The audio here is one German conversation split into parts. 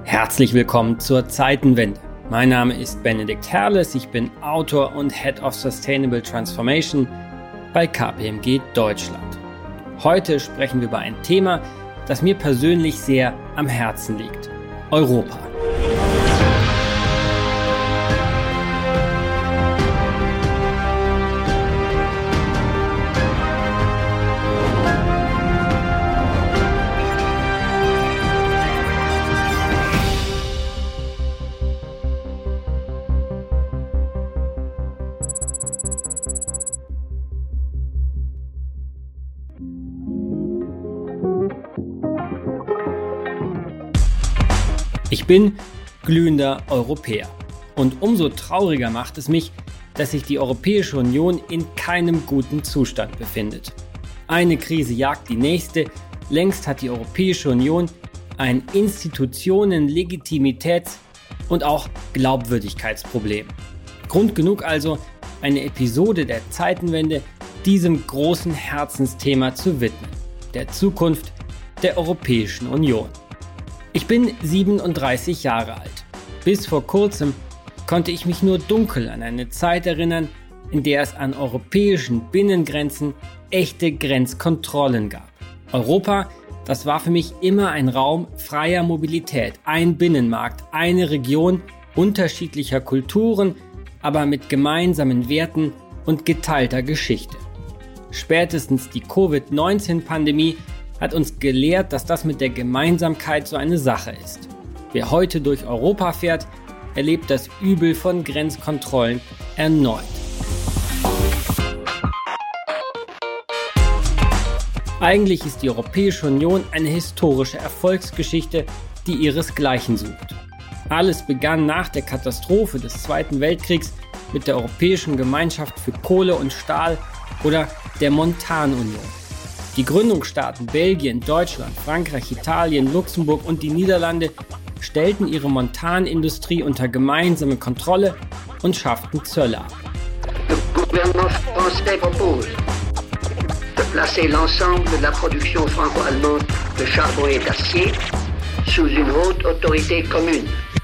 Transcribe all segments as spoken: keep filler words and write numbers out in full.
Herzlich willkommen zur Zeitenwende. Mein Name ist Benedikt Herles, ich bin Autor und Head of Sustainable Transformation bei K P M G Deutschland. Heute sprechen wir über ein Thema, das mir persönlich sehr am Herzen liegt: Europa. Ich bin glühender Europäer und umso trauriger macht es mich, dass sich die Europäische Union in keinem guten Zustand befindet. Eine Krise jagt die nächste, längst hat die Europäische Union ein Institutionen-, Legitimitäts- und auch Glaubwürdigkeitsproblem. Grund genug also, eine Episode der Zeitenwende diesem großen Herzensthema zu widmen: der Zukunft der Europäischen Union. Ich bin siebenunddreißig Jahre alt. Bis vor kurzem konnte ich mich nur dunkel an eine Zeit erinnern, in der es an europäischen Binnengrenzen echte Grenzkontrollen gab. Europa, das war für mich immer ein Raum freier Mobilität, ein Binnenmarkt, eine Region unterschiedlicher Kulturen, aber mit gemeinsamen Werten und geteilter Geschichte. Spätestens die Covid neunzehn Pandemie hat uns gelehrt, dass das mit der Gemeinsamkeit so eine Sache ist. Wer heute durch Europa fährt, erlebt das Übel von Grenzkontrollen erneut. Eigentlich ist die Europäische Union eine historische Erfolgsgeschichte, die ihresgleichen sucht. Alles begann nach der Katastrophe des Zweiten Weltkriegs mit der Europäischen Gemeinschaft für Kohle und Stahl oder der Montanunion. Die Gründungsstaaten Belgien, Deutschland, Frankreich, Italien, Luxemburg und die Niederlande stellten ihre Montanindustrie unter gemeinsame Kontrolle und schafften Zölle ab. Le gouvernement français propose de placer l'ensemble de la production franco-allemande de charbon et d'acier sous une haute autorité commune.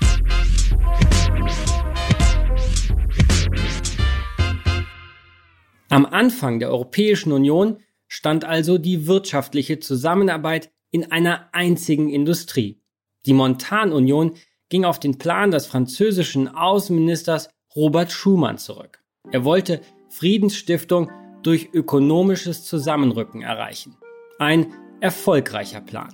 Am Anfang der Europäischen Union stand also die wirtschaftliche Zusammenarbeit in einer einzigen Industrie. Die Montanunion ging auf den Plan des französischen Außenministers Robert Schuman zurück. Er wollte Friedensstiftung durch ökonomisches Zusammenrücken erreichen. Ein erfolgreicher Plan.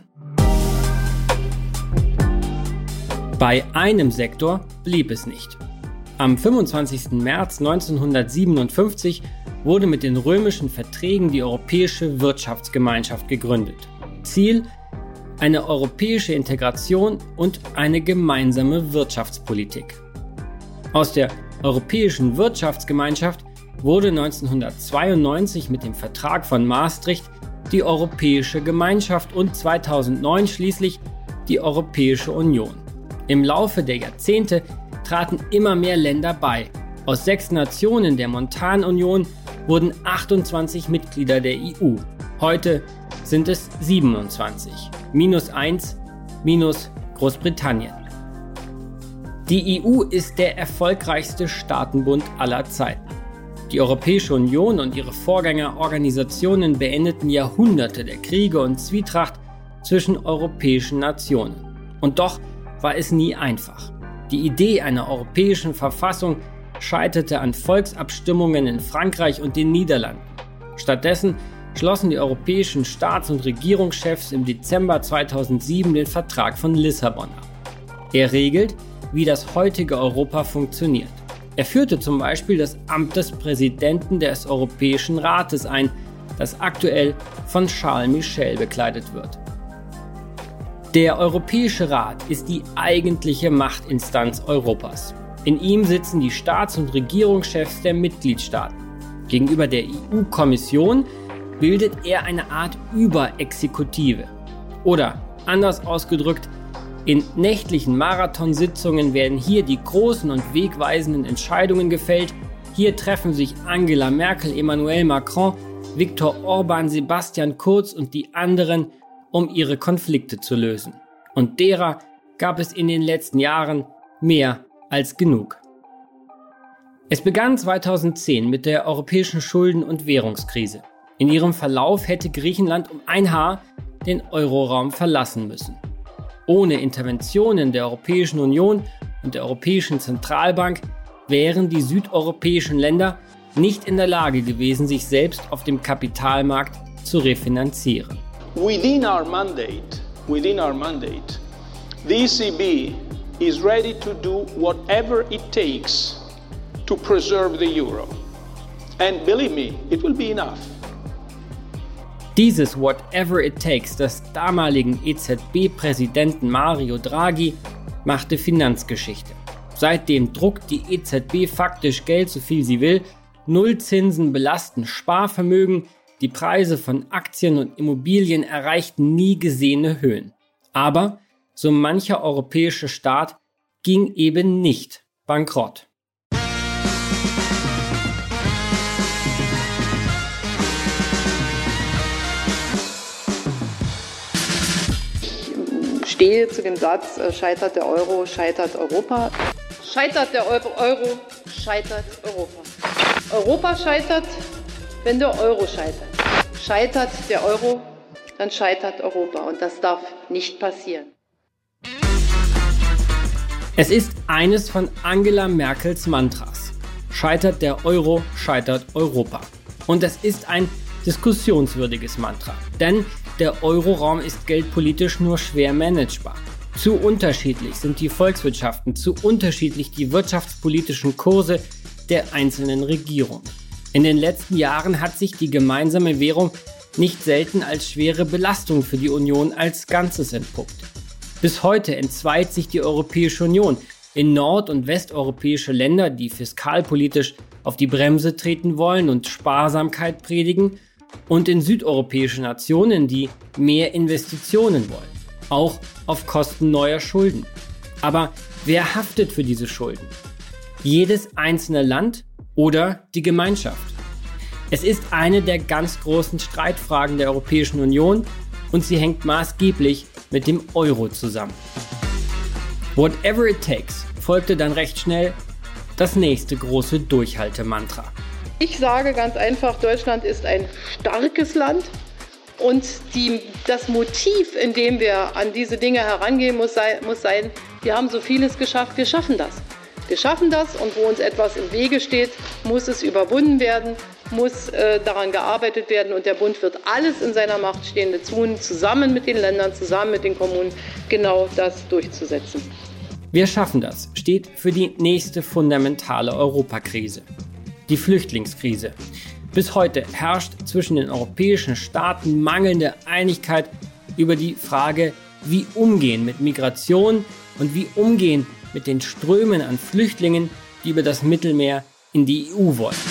Bei einem Sektor blieb es nicht. Am fünfundzwanzigsten März neunzehnhundertsiebenundfünfzig wurde mit den römischen Verträgen die Europäische Wirtschaftsgemeinschaft gegründet. Ziel: eine europäische Integration und eine gemeinsame Wirtschaftspolitik. Aus der Europäischen Wirtschaftsgemeinschaft wurde neunzehnhundertzweiundneunzig mit dem Vertrag von Maastricht die Europäische Gemeinschaft und zweitausendneun schließlich die Europäische Union. Im Laufe der Jahrzehnte traten immer mehr Länder bei. Aus sechs Nationen der Montanunion wurden achtundzwanzig Mitglieder der E U. Heute sind es siebenundzwanzig. Minus eins, minus Großbritannien. Die E U ist der erfolgreichste Staatenbund aller Zeiten. Die Europäische Union und ihre Vorgängerorganisationen beendeten Jahrhunderte der Kriege und Zwietracht zwischen europäischen Nationen. Und doch war es nie einfach. Die Idee einer europäischen Verfassung scheiterte an Volksabstimmungen in Frankreich und den Niederlanden. Stattdessen schlossen die europäischen Staats- und Regierungschefs im Dezember zweitausendsieben den Vertrag von Lissabon ab. Er regelt, wie das heutige Europa funktioniert. Er führte zum Beispiel das Amt des Präsidenten des Europäischen Rates ein, das aktuell von Charles Michel bekleidet wird. Der Europäische Rat ist die eigentliche Machtinstanz Europas. In ihm sitzen die Staats- und Regierungschefs der Mitgliedstaaten. Gegenüber der E U-Kommission bildet er eine Art Überexekutive. Oder anders ausgedrückt, in nächtlichen Marathonsitzungen werden hier die großen und wegweisenden Entscheidungen gefällt. Hier treffen sich Angela Merkel, Emmanuel Macron, Viktor Orban, Sebastian Kurz und die anderen, um ihre Konflikte zu lösen. Und derer gab es in den letzten Jahren mehr als genug. Es begann zweitausendzehn mit der europäischen Schulden- und Währungskrise. In ihrem Verlauf hätte Griechenland um ein Haar den Euroraum verlassen müssen. Ohne Interventionen der Europäischen Union und der Europäischen Zentralbank wären die südeuropäischen Länder nicht in der Lage gewesen, sich selbst auf dem Kapitalmarkt zu refinanzieren. Within our mandate, within our mandate, the E C B is ready to do whatever it takes to preserve the euro. And believe me, it will be enough. Dieses Whatever it takes des damaligen E Z B-Präsidenten Mario Draghi machte Finanzgeschichte. Seitdem druckt die E Z B faktisch Geld, so viel sie will, Nullzinsen belasten Sparvermögen, die Preise von Aktien und Immobilien erreichten nie gesehene Höhen. Aber so mancher europäische Staat ging eben nicht bankrott. Ich stehe zu dem Satz, scheitert der Euro, scheitert Europa. Scheitert der Euro, scheitert Europa. Europa scheitert, wenn der Euro scheitert. Scheitert der Euro, dann scheitert Europa. Und das darf nicht passieren. Es ist eines von Angela Merkels Mantras. Scheitert der Euro, scheitert Europa. Und es ist ein diskussionswürdiges Mantra. Denn der Euroraum ist geldpolitisch nur schwer managebar. Zu unterschiedlich sind die Volkswirtschaften, zu unterschiedlich die wirtschaftspolitischen Kurse der einzelnen Regierungen. In den letzten Jahren hat sich die gemeinsame Währung nicht selten als schwere Belastung für die Union als Ganzes entpuppt. Bis heute entzweit sich die Europäische Union in nord- und westeuropäische Länder, die fiskalpolitisch auf die Bremse treten wollen und Sparsamkeit predigen, und in südeuropäische Nationen, die mehr Investitionen wollen, auch auf Kosten neuer Schulden. Aber wer haftet für diese Schulden? Jedes einzelne Land oder die Gemeinschaft? Es ist eine der ganz großen Streitfragen der Europäischen Union und sie hängt maßgeblich mit dem Euro zusammen. Whatever it takes folgte dann recht schnell das nächste große Durchhaltemantra. Ich sage ganz einfach, Deutschland ist ein starkes Land und die, das Motiv, in dem wir an diese Dinge herangehen, muss, sei, muss sein, wir haben so vieles geschafft, wir schaffen das. Wir schaffen das und wo uns etwas im Wege steht, muss es überwunden werden, muss äh, daran gearbeitet werden und der Bund wird alles in seiner Macht Stehende tun, zusammen mit den Ländern, zusammen mit den Kommunen, genau das durchzusetzen. Wir schaffen das steht für die nächste fundamentale Europakrise. Die Flüchtlingskrise. Bis heute herrscht zwischen den europäischen Staaten mangelnde Einigkeit über die Frage, wie umgehen mit Migration und wie umgehen mit den Strömen an Flüchtlingen, die über das Mittelmeer in die E U wollen.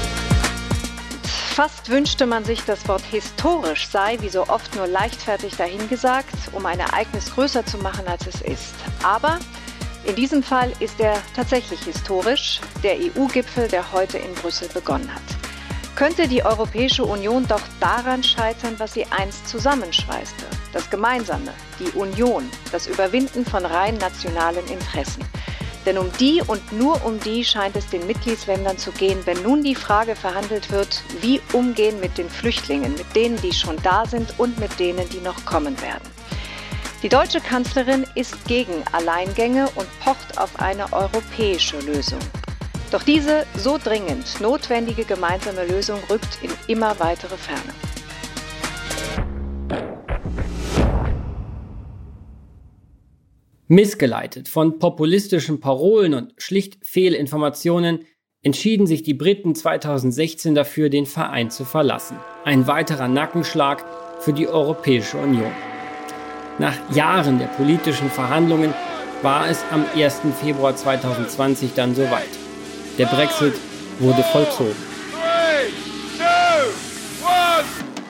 Fast wünschte man sich, das Wort historisch sei, wie so oft, nur leichtfertig dahingesagt, um ein Ereignis größer zu machen, als es ist. Aber in diesem Fall ist er tatsächlich historisch, der E U-Gipfel, der heute in Brüssel begonnen hat. Könnte die Europäische Union doch daran scheitern, was sie einst zusammenschweißte? Das Gemeinsame, die Union, das Überwinden von rein nationalen Interessen. Denn um die und nur um die scheint es den Mitgliedsländern zu gehen, wenn nun die Frage verhandelt wird, wie umgehen mit den Flüchtlingen, mit denen, die schon da sind und mit denen, die noch kommen werden. Die deutsche Kanzlerin ist gegen Alleingänge und pocht auf eine europäische Lösung. Doch diese so dringend notwendige gemeinsame Lösung rückt in immer weitere Ferne. Missgeleitet von populistischen Parolen und schlicht Fehlinformationen entschieden sich die Briten zweitausendsechzehn dafür, den Verein zu verlassen. Ein weiterer Nackenschlag für die Europäische Union. Nach Jahren der politischen Verhandlungen war es am ersten Februar zweitausendzwanzig dann soweit. Der Brexit wurde vollzogen. Three, two, one.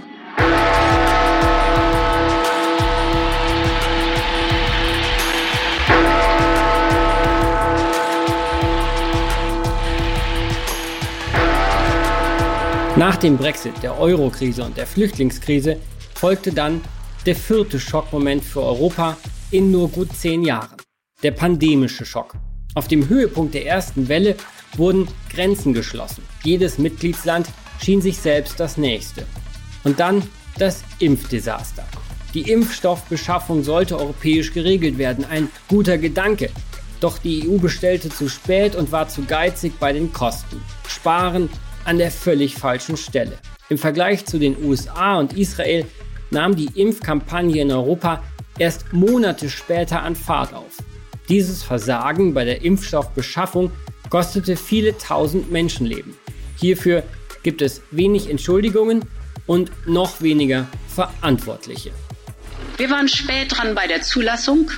Nach dem Brexit, der Euro-Krise und der Flüchtlingskrise folgte dann der vierte Schockmoment für Europa in nur gut zehn Jahren. der pandemische Schock. Auf dem Höhepunkt der ersten Welle wurden Grenzen geschlossen. Jedes Mitgliedsland schien sich selbst das Nächste. Und dann das Impfdesaster. Die Impfstoffbeschaffung sollte europäisch geregelt werden. Ein guter Gedanke. Doch die E U bestellte zu spät und war zu geizig bei den Kosten. Sparen an der völlig falschen Stelle. Im Vergleich zu den U S A und Israel nahm die Impfkampagne in Europa erst Monate später an Fahrt auf. Dieses Versagen bei der Impfstoffbeschaffung kostete viele tausend Menschenleben. Hierfür gibt es wenig Entschuldigungen und noch weniger Verantwortliche. Wir waren spät dran bei der Zulassung.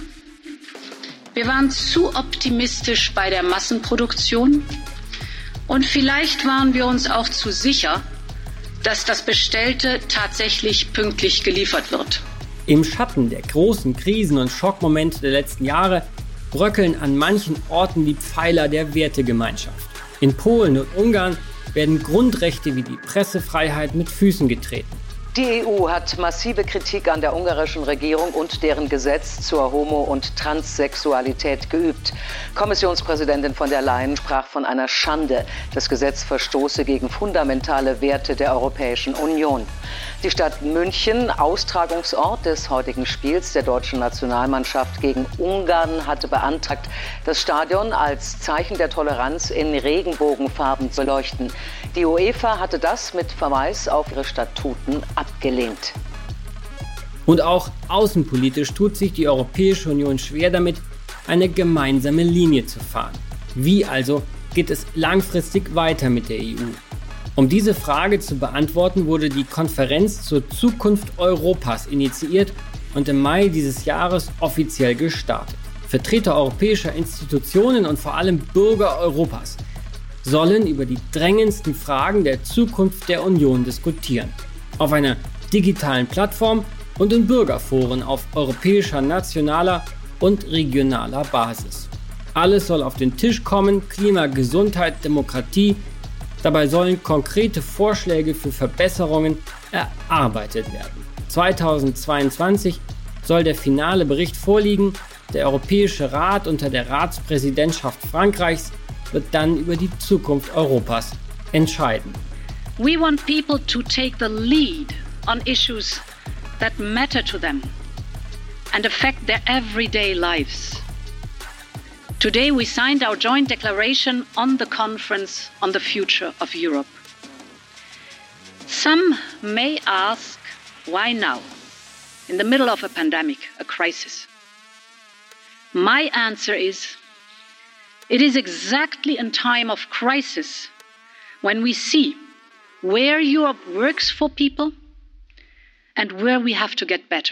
Wir waren zu optimistisch bei der Massenproduktion. Und vielleicht waren wir uns auch zu sicher, dass das Bestellte tatsächlich pünktlich geliefert wird. Im Schatten der großen Krisen und Schockmomente der letzten Jahre bröckeln an manchen Orten die Pfeiler der Wertegemeinschaft. In Polen und Ungarn werden Grundrechte wie die Pressefreiheit mit Füßen getreten. Die E U hat massive Kritik an der ungarischen Regierung und deren Gesetz zur Homo- und Transsexualität geübt. Kommissionspräsidentin von der Leyen sprach von einer Schande. Das Gesetz verstoße gegen fundamentale Werte der Europäischen Union. Die Stadt München, Austragungsort des heutigen Spiels der deutschen Nationalmannschaft gegen Ungarn, hatte beantragt, das Stadion als Zeichen der Toleranz in Regenbogenfarben zu leuchten. Die UEFA hatte das mit Verweis auf ihre Statuten abgelehnt. Und auch außenpolitisch tut sich die Europäische Union schwer damit, eine gemeinsame Linie zu fahren. Wie also geht es langfristig weiter mit der E U? Um diese Frage zu beantworten, wurde die Konferenz zur Zukunft Europas initiiert und im Mai dieses Jahres offiziell gestartet. Vertreter europäischer Institutionen und vor allem Bürger Europas sollen über die drängendsten Fragen der Zukunft der Union diskutieren. Auf einer digitalen Plattform und in Bürgerforen auf europäischer, nationaler und regionaler Basis. Alles soll auf den Tisch kommen: Klima, Gesundheit, Demokratie. Dabei sollen konkrete Vorschläge für Verbesserungen erarbeitet werden. zweitausendzweiundzwanzig soll der finale Bericht vorliegen. Der Europäische Rat unter der Ratspräsidentschaft Frankreichs wird dann über die Zukunft Europas entscheiden. We want people to take the lead on issues that matter to them and affect their everyday lives. Today we signed our joint declaration on the Conference on the Future of Europe. Some may ask, why now? In the middle of a pandemic, a crisis. My answer is, it is exactly in time of crisis when we see where Europe works for people and where we have to get better.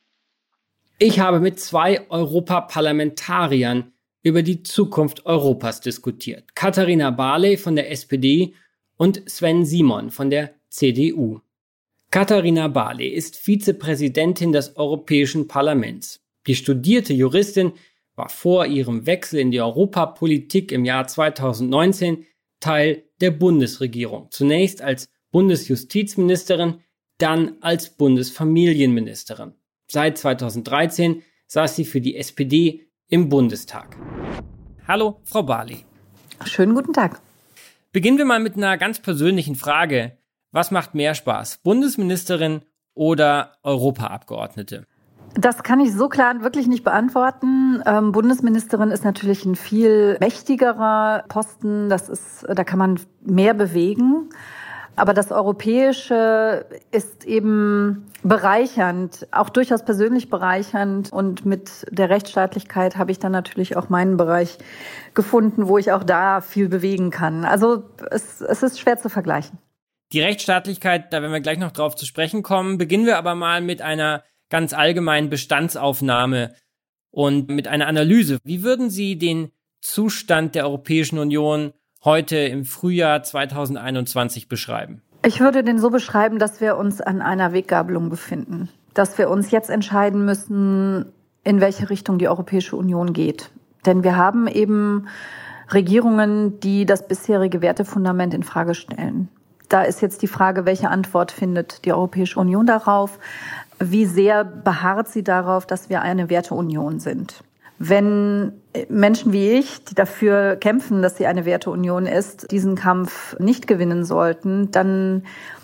Ich habe mit zwei Europaparlamentariern über die Zukunft Europas diskutiert. Katharina Barley von der S P D und Sven Simon von der C D U. Katharina Barley ist Vizepräsidentin des Europäischen Parlaments. Die studierte Juristin war vor ihrem Wechsel in die Europapolitik im Jahr zweitausendneunzehn Teil der Bundesregierung. Zunächst als Bundesjustizministerin, dann als Bundesfamilienministerin. Seit zweitausenddreizehn saß sie für die S P D im Bundestag. Hallo, Frau Barley. Schönen guten Tag. Beginnen wir mal mit einer ganz persönlichen Frage. Was macht mehr Spaß, Bundesministerin oder Europaabgeordnete? Das kann ich so klar wirklich nicht beantworten. Ähm, Bundesministerin ist natürlich ein viel mächtigerer Posten. Das ist, da kann man mehr bewegen. Aber das Europäische ist eben bereichernd, auch durchaus persönlich bereichernd. Und mit der Rechtsstaatlichkeit habe ich dann natürlich auch meinen Bereich gefunden, wo ich auch da viel bewegen kann. Also es, es ist schwer zu vergleichen. Die Rechtsstaatlichkeit, da werden wir gleich noch drauf zu sprechen kommen. Beginnen wir aber mal mit einer ganz allgemeinen Bestandsaufnahme und mit einer Analyse. Wie würden Sie den Zustand der Europäischen Union heute im Frühjahr zweitausendeinundzwanzig beschreiben? Ich würde den so beschreiben, dass wir uns an einer Weggabelung befinden. Dass wir uns jetzt entscheiden müssen, in welche Richtung die Europäische Union geht. Denn wir haben eben Regierungen, die das bisherige Wertefundament in Frage stellen. Da ist jetzt die Frage, welche Antwort findet die Europäische Union darauf? Wie sehr beharrt sie darauf, dass wir eine Werteunion sind? Wenn Menschen wie ich, die dafür kämpfen, dass sie eine Werteunion ist, diesen Kampf nicht gewinnen sollten, dann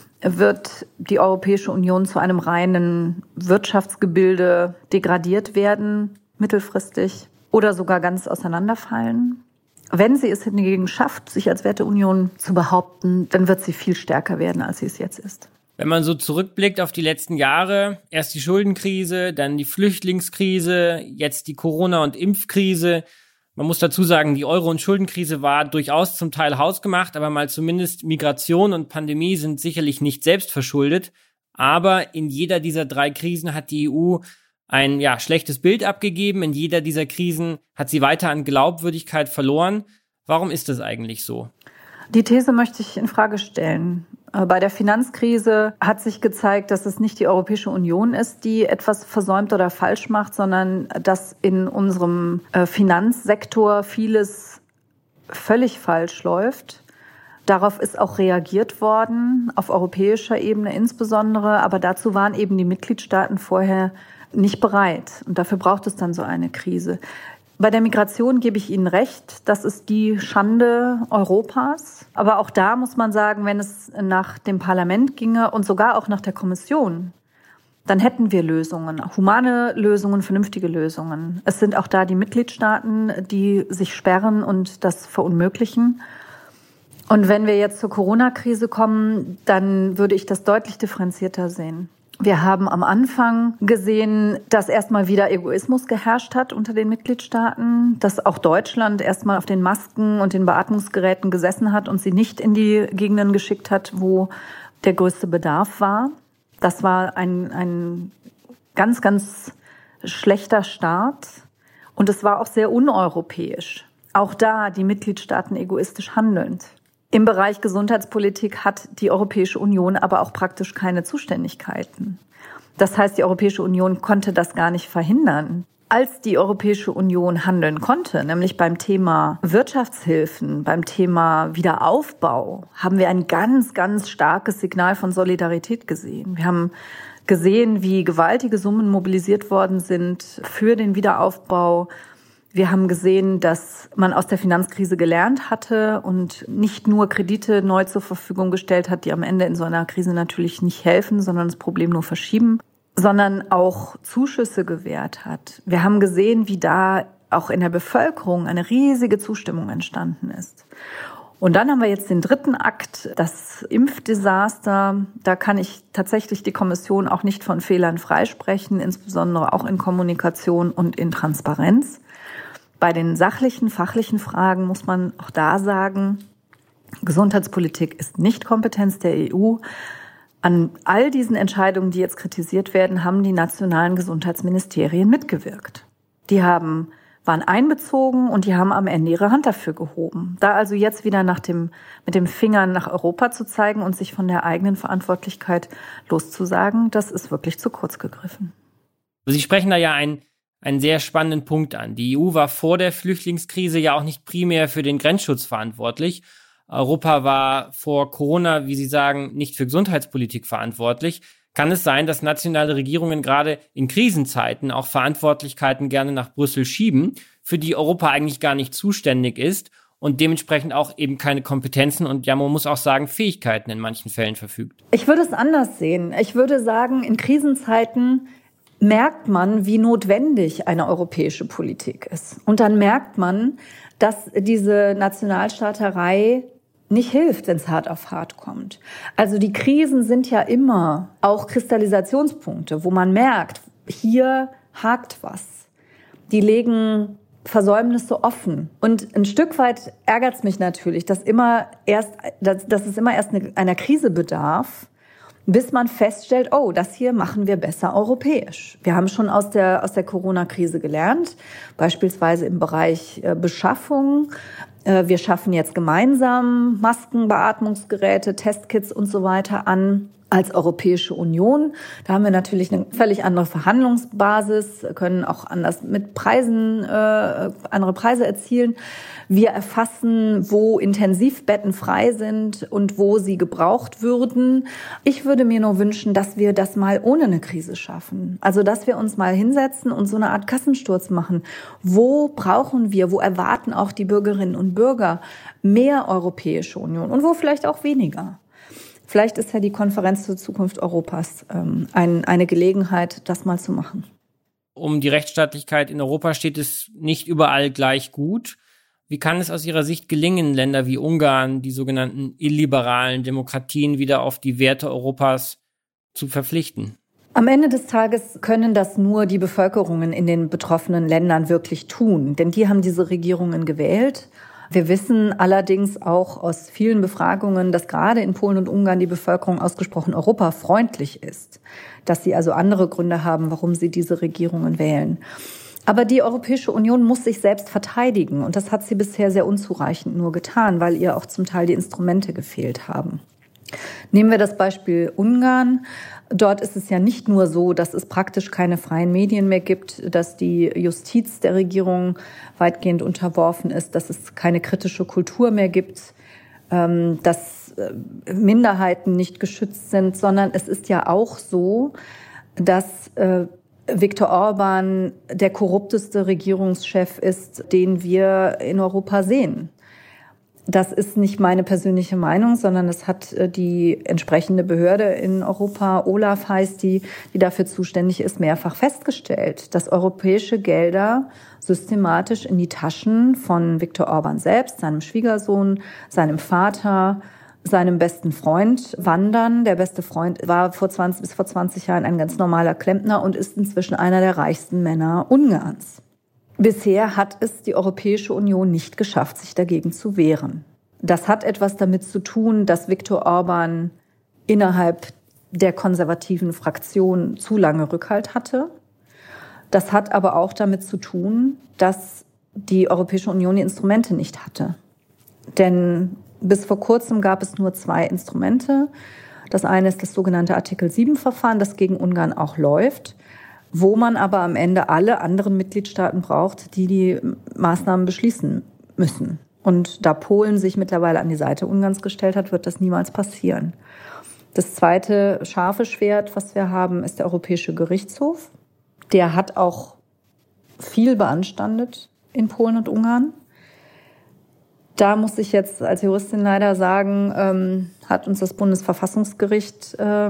wird die Europäische Union zu einem reinen Wirtschaftsgebilde degradiert werden, mittelfristig, oder sogar ganz auseinanderfallen. Wenn sie es hingegen schafft, sich als Werteunion zu behaupten, dann wird sie viel stärker werden, als sie es jetzt ist. Wenn man so zurückblickt auf die letzten Jahre, erst die Schuldenkrise, dann die Flüchtlingskrise, jetzt die Corona- und Impfkrise. Man muss dazu sagen, die Euro- und Schuldenkrise war durchaus zum Teil hausgemacht, aber mal zumindest Migration und Pandemie sind sicherlich nicht selbst verschuldet. Aber in jeder dieser drei Krisen hat die E U ein ja, schlechtes Bild abgegeben. In jeder dieser Krisen hat sie weiter an Glaubwürdigkeit verloren. Warum ist das eigentlich so? Die These möchte ich in Frage stellen. Bei der Finanzkrise hat sich gezeigt, dass es nicht die Europäische Union ist, die etwas versäumt oder falsch macht, sondern dass in unserem Finanzsektor vieles völlig falsch läuft. Darauf ist auch reagiert worden, auf europäischer Ebene insbesondere. Aber dazu waren eben die Mitgliedstaaten vorher nicht bereit. Und dafür braucht es dann so eine Krise. Bei der Migration gebe ich Ihnen recht, das ist die Schande Europas. Aber auch da muss man sagen, wenn es nach dem Parlament ginge und sogar auch nach der Kommission, dann hätten wir Lösungen, humane Lösungen, vernünftige Lösungen. Es sind auch da die Mitgliedstaaten, die sich sperren und das verunmöglichen. Und wenn wir jetzt zur Corona-Krise kommen, dann würde ich das deutlich differenzierter sehen. Wir haben am Anfang gesehen, dass erstmal wieder Egoismus geherrscht hat unter den Mitgliedstaaten, dass auch Deutschland erstmal auf den Masken und den Beatmungsgeräten gesessen hat und sie nicht in die Gegenden geschickt hat, wo der größte Bedarf war. Das war ein, ein ganz, ganz schlechter Start und es war auch sehr uneuropäisch. Auch da die Mitgliedstaaten egoistisch handelnd. Im Bereich Gesundheitspolitik hat die Europäische Union aber auch praktisch keine Zuständigkeiten. Das heißt, die Europäische Union konnte das gar nicht verhindern. Als die Europäische Union handeln konnte, nämlich beim Thema Wirtschaftshilfen, beim Thema Wiederaufbau, haben wir ein ganz, ganz starkes Signal von Solidarität gesehen. Wir haben gesehen, wie gewaltige Summen mobilisiert worden sind für den Wiederaufbau. Wir haben gesehen, dass man aus der Finanzkrise gelernt hatte und nicht nur Kredite neu zur Verfügung gestellt hat, die am Ende in so einer Krise natürlich nicht helfen, sondern das Problem nur verschieben, sondern auch Zuschüsse gewährt hat. Wir haben gesehen, wie da auch in der Bevölkerung eine riesige Zustimmung entstanden ist. Und dann haben wir jetzt den dritten Akt, das Impfdesaster. Da kann ich tatsächlich die Kommission auch nicht von Fehlern freisprechen, insbesondere auch in Kommunikation und in Transparenz. Bei den sachlichen, fachlichen Fragen muss man auch da sagen, Gesundheitspolitik ist nicht Kompetenz der E U. An all diesen Entscheidungen, die jetzt kritisiert werden, haben die nationalen Gesundheitsministerien mitgewirkt. Die haben, waren einbezogen und die haben am Ende ihre Hand dafür gehoben. Da also jetzt wieder nach dem, mit dem Finger nach Europa zu zeigen und sich von der eigenen Verantwortlichkeit loszusagen, das ist wirklich zu kurz gegriffen. Sie sprechen da ja einen einen sehr spannenden Punkt an. Die E U war vor der Flüchtlingskrise ja auch nicht primär für den Grenzschutz verantwortlich. Europa war vor Corona, wie Sie sagen, nicht für Gesundheitspolitik verantwortlich. Kann es sein, dass nationale Regierungen gerade in Krisenzeiten auch Verantwortlichkeiten gerne nach Brüssel schieben, für die Europa eigentlich gar nicht zuständig ist und dementsprechend auch eben keine Kompetenzen und ja, man muss auch sagen, Fähigkeiten in manchen Fällen verfügt? Ich würde es anders sehen. Ich würde sagen, in Krisenzeiten merkt man, wie notwendig eine europäische Politik ist. Und dann merkt man, dass diese Nationalstaaterei nicht hilft, wenn es hart auf hart kommt. Also die Krisen sind ja immer auch Kristallisationspunkte, wo man merkt, hier hakt was. Die legen Versäumnisse offen. Und ein Stück weit ärgert es mich natürlich, dass immer erst, dass, dass es immer erst eine, einer Krise bedarf, bis man feststellt, oh, das hier machen wir besser europäisch. Wir haben schon aus der, aus der Corona-Krise gelernt, beispielsweise im Bereich äh, Beschaffung. Äh, wir schaffen jetzt gemeinsam Masken, Beatmungsgeräte, Testkits und so weiter an. als Europäische Union. Da haben wir natürlich eine völlig andere Verhandlungsbasis, können auch anders mit Preisen, äh, andere Preise erzielen. Wir erfassen, wo Intensivbetten frei sind und wo sie gebraucht würden. Ich würde mir nur wünschen, dass wir das mal ohne eine Krise schaffen. Also, dass wir uns mal hinsetzen und so eine Art Kassensturz machen. Wo brauchen wir, wo erwarten auch die Bürgerinnen und Bürger mehr Europäische Union und wo vielleicht auch weniger? Vielleicht ist ja die Konferenz zur Zukunft Europas ähm, ein, eine Gelegenheit, das mal zu machen. Um die Rechtsstaatlichkeit in Europa steht es nicht überall gleich gut. Wie kann es aus Ihrer Sicht gelingen, Länder wie Ungarn, die sogenannten illiberalen Demokratien, wieder auf die Werte Europas zu verpflichten? Am Ende des Tages können das nur die Bevölkerungen in den betroffenen Ländern wirklich tun, denn die haben diese Regierungen gewählt. Wir wissen allerdings auch aus vielen Befragungen, dass gerade in Polen und Ungarn die Bevölkerung ausgesprochen europafreundlich ist, dass sie also andere Gründe haben, warum sie diese Regierungen wählen. Aber die Europäische Union muss sich selbst verteidigen und das hat sie bisher sehr unzureichend nur getan, weil ihr auch zum Teil die Instrumente gefehlt haben. Nehmen wir das Beispiel Ungarn. Dort ist es ja nicht nur so, dass es praktisch keine freien Medien mehr gibt, dass die Justiz der Regierung weitgehend unterworfen ist, dass es keine kritische Kultur mehr gibt, dass Minderheiten nicht geschützt sind, sondern es ist ja auch so, dass Viktor Orban der korrupteste Regierungschef ist, den wir in Europa sehen. Das ist nicht meine persönliche Meinung, sondern das hat die entsprechende Behörde in Europa, OLAF heißt die, die dafür zuständig ist, mehrfach festgestellt, dass europäische Gelder systematisch in die Taschen von Viktor Orban selbst, seinem Schwiegersohn, seinem Vater, seinem besten Freund wandern. Der beste Freund war vor zwanzig, bis vor zwanzig Jahren ein ganz normaler Klempner und ist inzwischen einer der reichsten Männer Ungarns. Bisher hat es die Europäische Union nicht geschafft, sich dagegen zu wehren. Das hat etwas damit zu tun, dass Viktor Orban innerhalb der konservativen Fraktion zu lange Rückhalt hatte. Das hat aber auch damit zu tun, dass die Europäische Union die Instrumente nicht hatte. Denn bis vor kurzem gab es nur zwei Instrumente. Das eine ist das sogenannte Artikel sieben Verfahren, das gegen Ungarn auch läuft, wo man aber am Ende alle anderen Mitgliedstaaten braucht, die die Maßnahmen beschließen müssen. Und da Polen sich mittlerweile an die Seite Ungarns gestellt hat, wird das niemals passieren. Das zweite scharfe Schwert, was wir haben, ist der Europäische Gerichtshof. Der hat auch viel beanstandet in Polen und Ungarn. Da muss ich jetzt als Juristin leider sagen, ähm, hat uns das Bundesverfassungsgericht äh,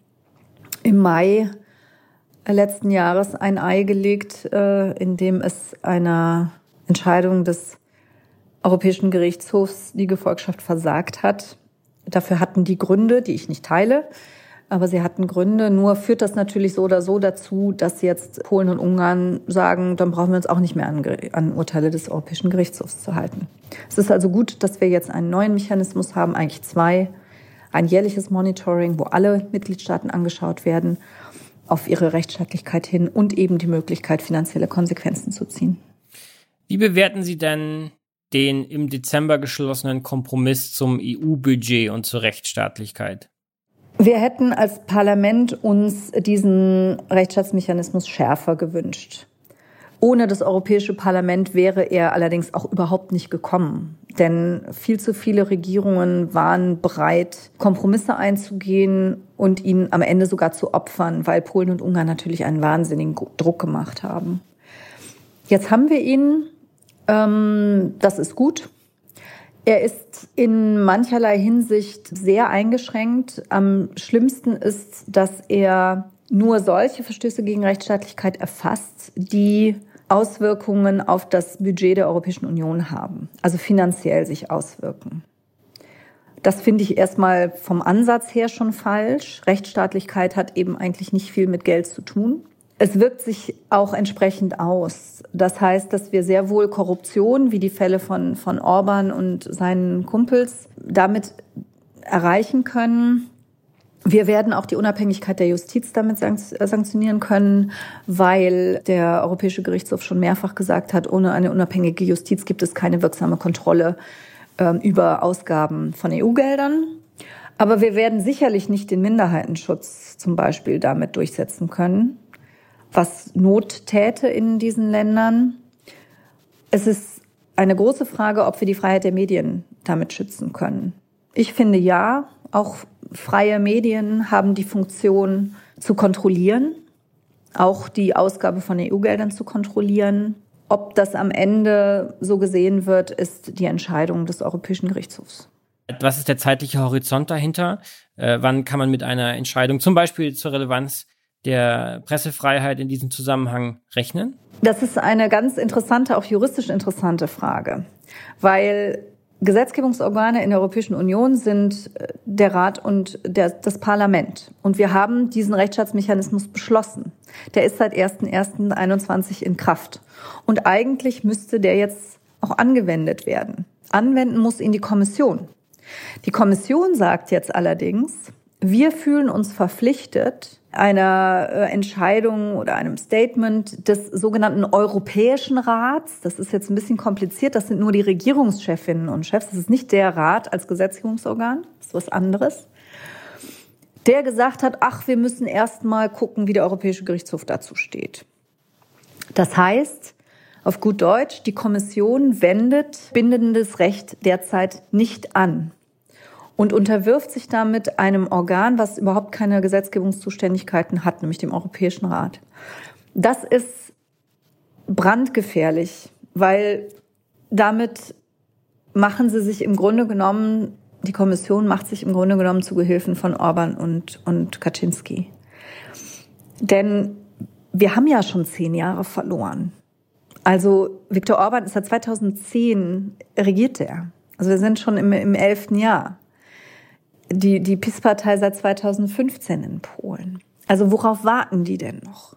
im Mai letzten Jahres ein Ei gelegt, äh, in dem es einer Entscheidung des Europäischen Gerichtshofs die Gefolgschaft versagt hat. Dafür hatten die Gründe, die ich nicht teile, aber sie hatten Gründe. Nur führt das natürlich so oder so dazu, dass jetzt Polen und Ungarn sagen, dann brauchen wir uns auch nicht mehr an, an Urteile des Europäischen Gerichtshofs zu halten. Es ist also gut, dass wir jetzt einen neuen Mechanismus haben, eigentlich zwei. Ein jährliches Monitoring, wo alle Mitgliedstaaten angeschaut werden, auf ihre Rechtsstaatlichkeit hin und eben die Möglichkeit, finanzielle Konsequenzen zu ziehen. Wie bewerten Sie denn den im Dezember geschlossenen Kompromiss zum E U-Budget und zur Rechtsstaatlichkeit? Wir hätten als Parlament uns diesen Rechtsstaatsmechanismus schärfer gewünscht. Ohne das Europäische Parlament wäre er allerdings auch überhaupt nicht gekommen. Denn viel zu viele Regierungen waren bereit, Kompromisse einzugehen und ihn am Ende sogar zu opfern, weil Polen und Ungarn natürlich einen wahnsinnigen Druck gemacht haben. Jetzt haben wir ihn. Ähm, das ist gut. Er ist in mancherlei Hinsicht sehr eingeschränkt. Am schlimmsten ist, dass er nur solche Verstöße gegen Rechtsstaatlichkeit erfasst, die Auswirkungen auf das Budget der Europäischen Union haben, also finanziell sich auswirken. Das finde ich erstmal vom Ansatz her schon falsch. Rechtsstaatlichkeit hat eben eigentlich nicht viel mit Geld zu tun. Es wirkt sich auch entsprechend aus. Das heißt, dass wir sehr wohl Korruption, wie die Fälle von, von Orban und seinen Kumpels, damit erreichen können. Wir werden auch die Unabhängigkeit der Justiz damit sanktionieren können, weil der Europäische Gerichtshof schon mehrfach gesagt hat, ohne eine unabhängige Justiz gibt es keine wirksame Kontrolle äh, über Ausgaben von E U-Geldern. Aber wir werden sicherlich nicht den Minderheitenschutz zum Beispiel damit durchsetzen können, was Not täte in diesen Ländern. Es ist eine große Frage, ob wir die Freiheit der Medien damit schützen können. Ich finde ja, auch freie Medien haben die Funktion zu kontrollieren, auch die Ausgabe von E U-Geldern zu kontrollieren. Ob das am Ende so gesehen wird, ist die Entscheidung des Europäischen Gerichtshofs. Was ist der zeitliche Horizont dahinter? Äh, wann kann man mit einer Entscheidung zum Beispiel zur Relevanz der Pressefreiheit in diesem Zusammenhang rechnen? Das ist eine ganz interessante, auch juristisch interessante Frage, weil Gesetzgebungsorgane in der Europäischen Union sind der Rat und der, das Parlament. Und wir haben diesen Rechtstaatsmechanismus beschlossen. Der ist seit erster erster einundzwanzig in Kraft. Und eigentlich müsste der jetzt auch angewendet werden. Anwenden muss ihn die Kommission. Die Kommission sagt jetzt allerdings, wir fühlen uns verpflichtet, einer Entscheidung oder einem Statement des sogenannten Europäischen Rats, das ist jetzt ein bisschen kompliziert, das sind nur die Regierungschefinnen und Chefs, das ist nicht der Rat als Gesetzgebungsorgan, das ist was anderes, der gesagt hat, ach, wir müssen erst mal gucken, wie der Europäische Gerichtshof dazu steht. Das heißt, auf gut Deutsch, die Kommission wendet bindendes Recht derzeit nicht an und unterwirft sich damit einem Organ, was überhaupt keine Gesetzgebungszuständigkeiten hat, nämlich dem Europäischen Rat. Das ist brandgefährlich, weil damit machen sie sich im Grunde genommen, die Kommission macht sich im Grunde genommen zu Gehilfen von Orban und, und Kaczynski. Denn wir haben ja schon zehn Jahre verloren. Also Viktor Orban ist seit zweitausendzehn regiert er. Also wir sind schon im, im elften Jahr. Die, die P I S-Partei seit zweitausendfünfzehn in Polen. Also worauf warten die denn noch?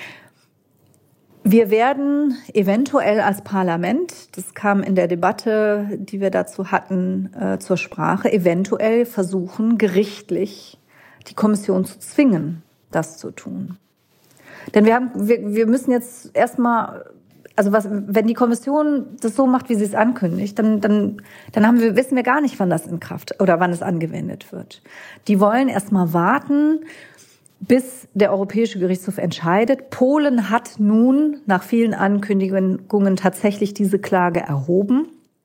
Wir werden eventuell als Parlament, das kam in der Debatte, die wir dazu hatten, äh, zur Sprache, eventuell versuchen, gerichtlich die Kommission zu zwingen, das zu tun. Denn wir haben, wir, wir müssen jetzt erstmal, also was, wenn die Kommission das so macht, wie sie es ankündigt, dann, dann, dann haben wir, wissen wir gar nicht, wann das in Kraft oder wann es angewendet wird. Die wollen erstmal warten, bis der Europäische Gerichtshof entscheidet. Polen hat nun nach vielen Ankündigungen tatsächlich diese Klage erhoben.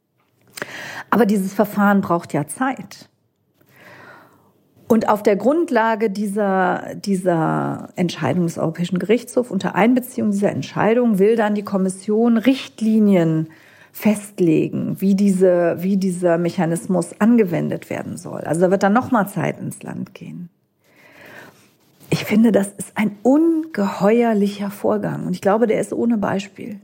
Aber dieses Verfahren braucht ja Zeit. Und auf der Grundlage dieser, dieser Entscheidung des Europäischen Gerichtshofs, unter Einbeziehung dieser Entscheidung, will dann die Kommission Richtlinien festlegen, wie diese, wie dieser Mechanismus angewendet werden soll. Also da wird dann nochmal Zeit ins Land gehen. Ich finde, das ist ein ungeheuerlicher Vorgang. Und ich glaube, der ist ohne Beispiel.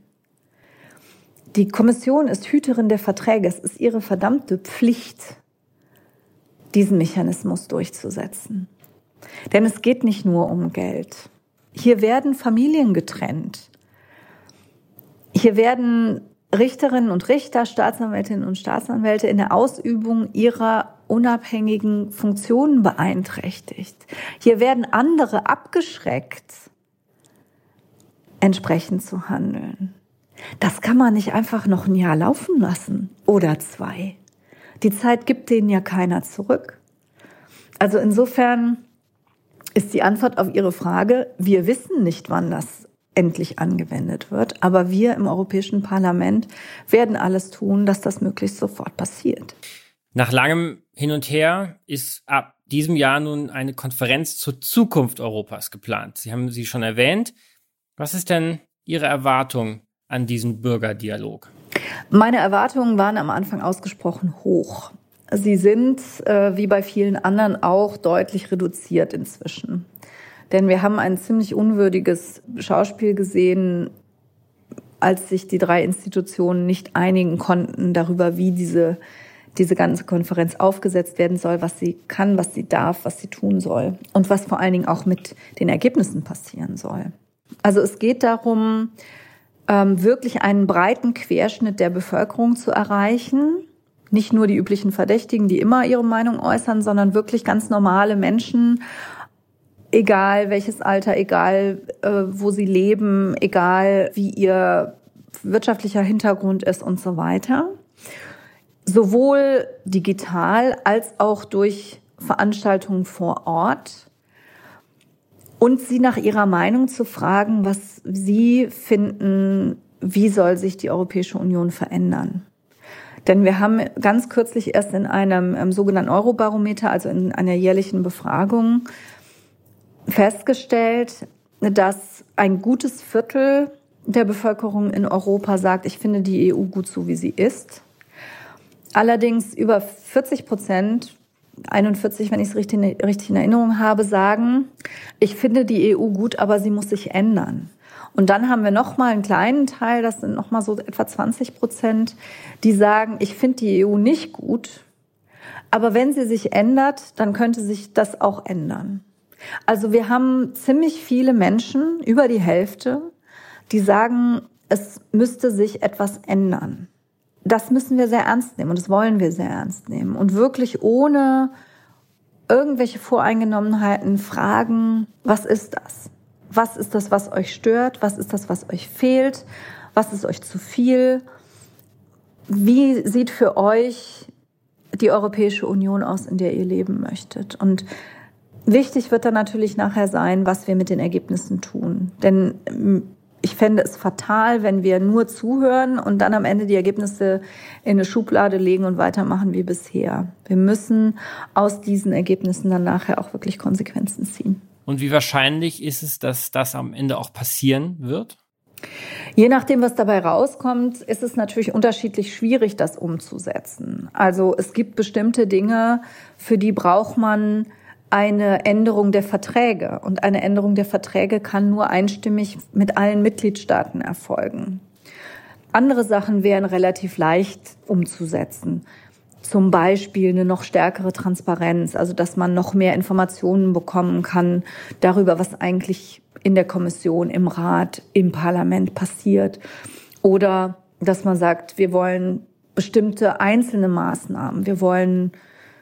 Die Kommission ist Hüterin der Verträge. Es ist ihre verdammte Pflicht, diesen Mechanismus durchzusetzen. Denn es geht nicht nur um Geld. Hier werden Familien getrennt. Hier werden Richterinnen und Richter, Staatsanwältinnen und Staatsanwälte in der Ausübung ihrer unabhängigen Funktionen beeinträchtigt. Hier werden andere abgeschreckt, entsprechend zu handeln. Das kann man nicht einfach noch ein Jahr laufen lassen oder zwei. Die Zeit gibt denen ja keiner zurück. Also insofern ist die Antwort auf Ihre Frage, wir wissen nicht, wann das endlich angewendet wird, aber wir im Europäischen Parlament werden alles tun, dass das möglichst sofort passiert. Nach langem Hin und Her ist ab diesem Jahr nun eine Konferenz zur Zukunft Europas geplant. Sie haben sie schon erwähnt. Was ist denn Ihre Erwartung an diesen Bürgerdialog? Meine Erwartungen waren am Anfang ausgesprochen hoch. Sie sind, äh, wie bei vielen anderen auch, deutlich reduziert inzwischen. Denn wir haben ein ziemlich unwürdiges Schauspiel gesehen, als sich die drei Institutionen nicht einigen konnten darüber, wie diese, diese ganze Konferenz aufgesetzt werden soll, was sie kann, was sie darf, was sie tun soll und was vor allen Dingen auch mit den Ergebnissen passieren soll. Also es geht darum, wirklich einen breiten Querschnitt der Bevölkerung zu erreichen. Nicht nur die üblichen Verdächtigen, die immer ihre Meinung äußern, sondern wirklich ganz normale Menschen, egal welches Alter, egal äh, wo sie leben, egal wie ihr wirtschaftlicher Hintergrund ist und so weiter. Sowohl digital als auch durch Veranstaltungen vor Ort und sie nach ihrer Meinung zu fragen, was sie finden, wie soll sich die Europäische Union verändern. Denn wir haben ganz kürzlich erst in einem ähm, sogenannten Eurobarometer, also in einer jährlichen Befragung, festgestellt, dass ein gutes Viertel der Bevölkerung in Europa sagt, ich finde die E U gut so, wie sie ist. Allerdings über vierzig Prozent, einundvierzig, wenn ich es richtig, richtig in Erinnerung habe, sagen, ich finde die E U gut, aber sie muss sich ändern. Und dann haben wir noch mal einen kleinen Teil, das sind noch mal so etwa zwanzig Prozent, die sagen, ich finde die E U nicht gut, aber wenn sie sich ändert, dann könnte sich das auch ändern. Also wir haben ziemlich viele Menschen, über die Hälfte, die sagen, es müsste sich etwas ändern. Das müssen wir sehr ernst nehmen und das wollen wir sehr ernst nehmen. Und wirklich ohne irgendwelche Voreingenommenheiten fragen, was ist das? Was ist das, was euch stört? Was ist das, was euch fehlt? Was ist euch zu viel? Wie sieht für euch die Europäische Union aus, in der ihr leben möchtet? Und wichtig wird dann natürlich nachher sein, was wir mit den Ergebnissen tun. Denn ich fände es fatal, wenn wir nur zuhören und dann am Ende die Ergebnisse in eine Schublade legen und weitermachen wie bisher. Wir müssen aus diesen Ergebnissen dann nachher auch wirklich Konsequenzen ziehen. Und wie wahrscheinlich ist es, dass das am Ende auch passieren wird? Je nachdem, was dabei rauskommt, ist es natürlich unterschiedlich schwierig, das umzusetzen. Also es gibt bestimmte Dinge, für die braucht man eine Änderung der Verträge. Und eine Änderung der Verträge kann nur einstimmig mit allen Mitgliedstaaten erfolgen. Andere Sachen wären relativ leicht umzusetzen. Zum Beispiel eine noch stärkere Transparenz, also dass man noch mehr Informationen bekommen kann darüber, was eigentlich in der Kommission, im Rat, im Parlament passiert. Oder dass man sagt, wir wollen bestimmte einzelne Maßnahmen, wir wollen,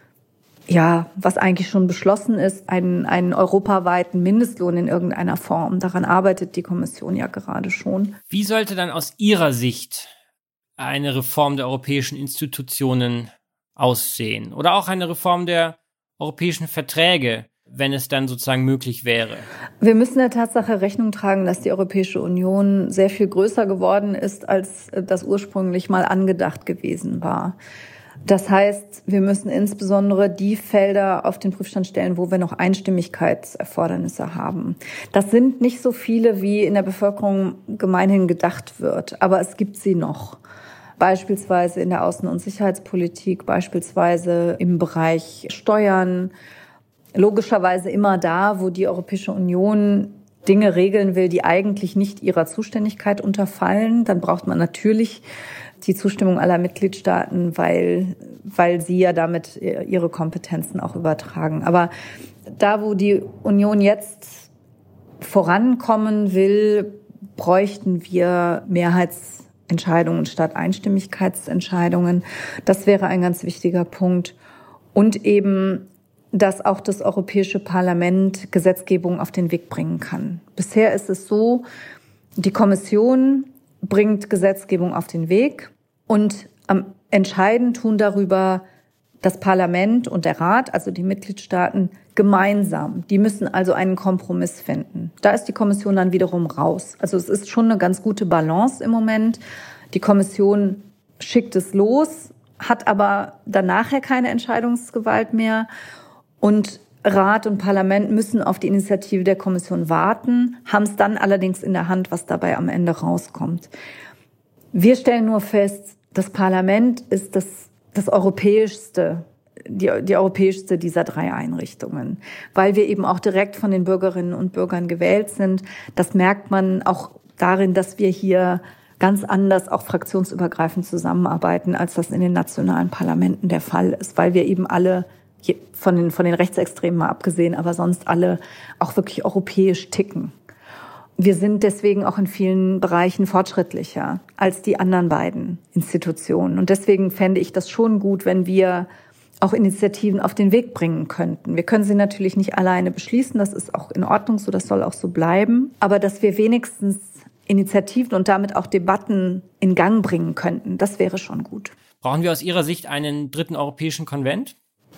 ja, was eigentlich schon beschlossen ist, einen, einen europaweiten Mindestlohn in irgendeiner Form. Daran arbeitet die Kommission ja gerade schon. Wie sollte dann aus Ihrer Sicht eine Reform der europäischen Institutionen aussehen? Oder auch eine Reform der europäischen Verträge, wenn es dann sozusagen möglich wäre? Wir müssen der Tatsache Rechnung tragen, dass die Europäische Union sehr viel größer geworden ist, als das ursprünglich mal angedacht gewesen war. Das heißt, wir müssen insbesondere die Felder auf den Prüfstand stellen, wo wir noch Einstimmigkeitserfordernisse haben. Das sind nicht so viele, wie in der Bevölkerung gemeinhin gedacht wird, aber es gibt sie noch. Beispielsweise in der Außen- und Sicherheitspolitik, beispielsweise im Bereich Steuern. Logischerweise immer da, wo die Europäische Union Dinge regeln will, die eigentlich nicht ihrer Zuständigkeit unterfallen. Dann braucht man natürlich die Zustimmung aller Mitgliedstaaten, weil, weil sie ja damit ihre Kompetenzen auch übertragen. Aber da, wo die Union jetzt vorankommen will, bräuchten wir Mehrheitsentscheidungen statt Einstimmigkeitsentscheidungen. Das wäre ein ganz wichtiger Punkt. Und eben, dass auch das Europäische Parlament Gesetzgebung auf den Weg bringen kann. Bisher ist es so, die Kommission bringt Gesetzgebung auf den Weg und am entscheiden tun darüber das Parlament und der Rat, also die Mitgliedstaaten, gemeinsam. Die müssen also einen Kompromiss finden. Da ist die Kommission dann wiederum raus. Also es ist schon eine ganz gute Balance im Moment. Die Kommission schickt es los, hat aber dann nachher keine Entscheidungsgewalt mehr. Und Rat und Parlament müssen auf die Initiative der Kommission warten, haben es dann allerdings in der Hand, was dabei am Ende rauskommt. Wir stellen nur fest, das Parlament ist das, das europäischste, die, die europäischste dieser drei Einrichtungen, weil wir eben auch direkt von den Bürgerinnen und Bürgern gewählt sind. Das merkt man auch darin, dass wir hier ganz anders auch fraktionsübergreifend zusammenarbeiten, als das in den nationalen Parlamenten der Fall ist, weil wir eben alle von den, von den Rechtsextremen mal abgesehen, aber sonst alle auch wirklich europäisch ticken. Wir sind deswegen auch in vielen Bereichen fortschrittlicher als die anderen beiden Institutionen. Und deswegen fände ich das schon gut, wenn wir auch Initiativen auf den Weg bringen könnten. Wir können sie natürlich nicht alleine beschließen, das ist auch in Ordnung so, das soll auch so bleiben. Aber dass wir wenigstens Initiativen und damit auch Debatten in Gang bringen könnten, das wäre schon gut. Brauchen wir aus Ihrer Sicht einen dritten Europäischen Konvent?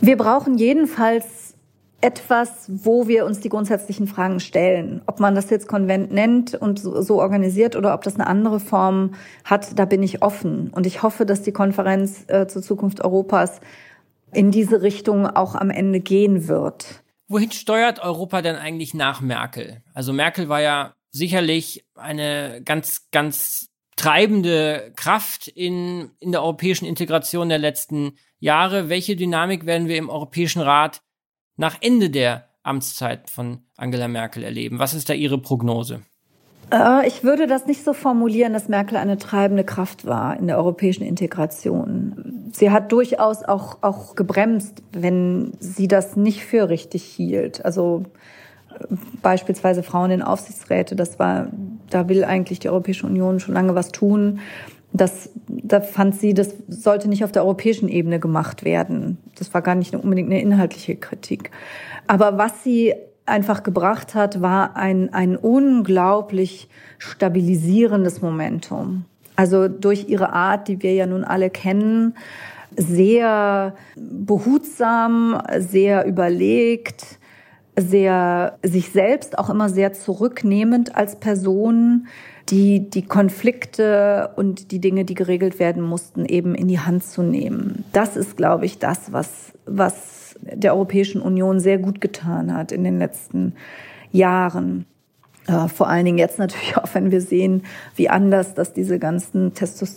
Wir brauchen jedenfalls etwas, wo wir uns die grundsätzlichen Fragen stellen. Ob man das jetzt Konvent nennt und so, so organisiert oder ob das eine andere Form hat, da bin ich offen. Und ich hoffe, dass die Konferenz äh, zur Zukunft Europas in diese Richtung auch am Ende gehen wird. Wohin steuert Europa denn eigentlich nach Merkel? Also Merkel war ja sicherlich eine ganz, ganz treibende Kraft in, in der europäischen Integration der letzten Jahre. Welche Dynamik werden wir im Europäischen Rat nach Ende der Amtszeit von Angela Merkel erleben? Was ist da Ihre Prognose? Äh, ich würde das nicht so formulieren, dass Merkel eine treibende Kraft war in der europäischen Integration. Sie hat durchaus auch, auch gebremst, wenn sie das nicht für richtig hielt. Also äh, beispielsweise Frauen in Aufsichtsräte, das war, da will eigentlich die Europäische Union schon lange was tun. Das, da fand sie, das sollte nicht auf der europäischen Ebene gemacht werden. Das war gar nicht unbedingt eine inhaltliche Kritik. Aber was sie einfach gebracht hat, war ein, ein unglaublich stabilisierendes Momentum. Also durch ihre Art, die wir ja nun alle kennen, sehr behutsam, sehr überlegt, sehr sich selbst auch immer sehr zurücknehmend als Person, die die Konflikte und die Dinge, die geregelt werden mussten, eben in die Hand zu nehmen. Das ist, glaube ich, das, was, was der Europäischen Union sehr gut getan hat in den letzten Jahren. Äh, vor allen Dingen jetzt natürlich auch, wenn wir sehen, wie anders das diese ganzen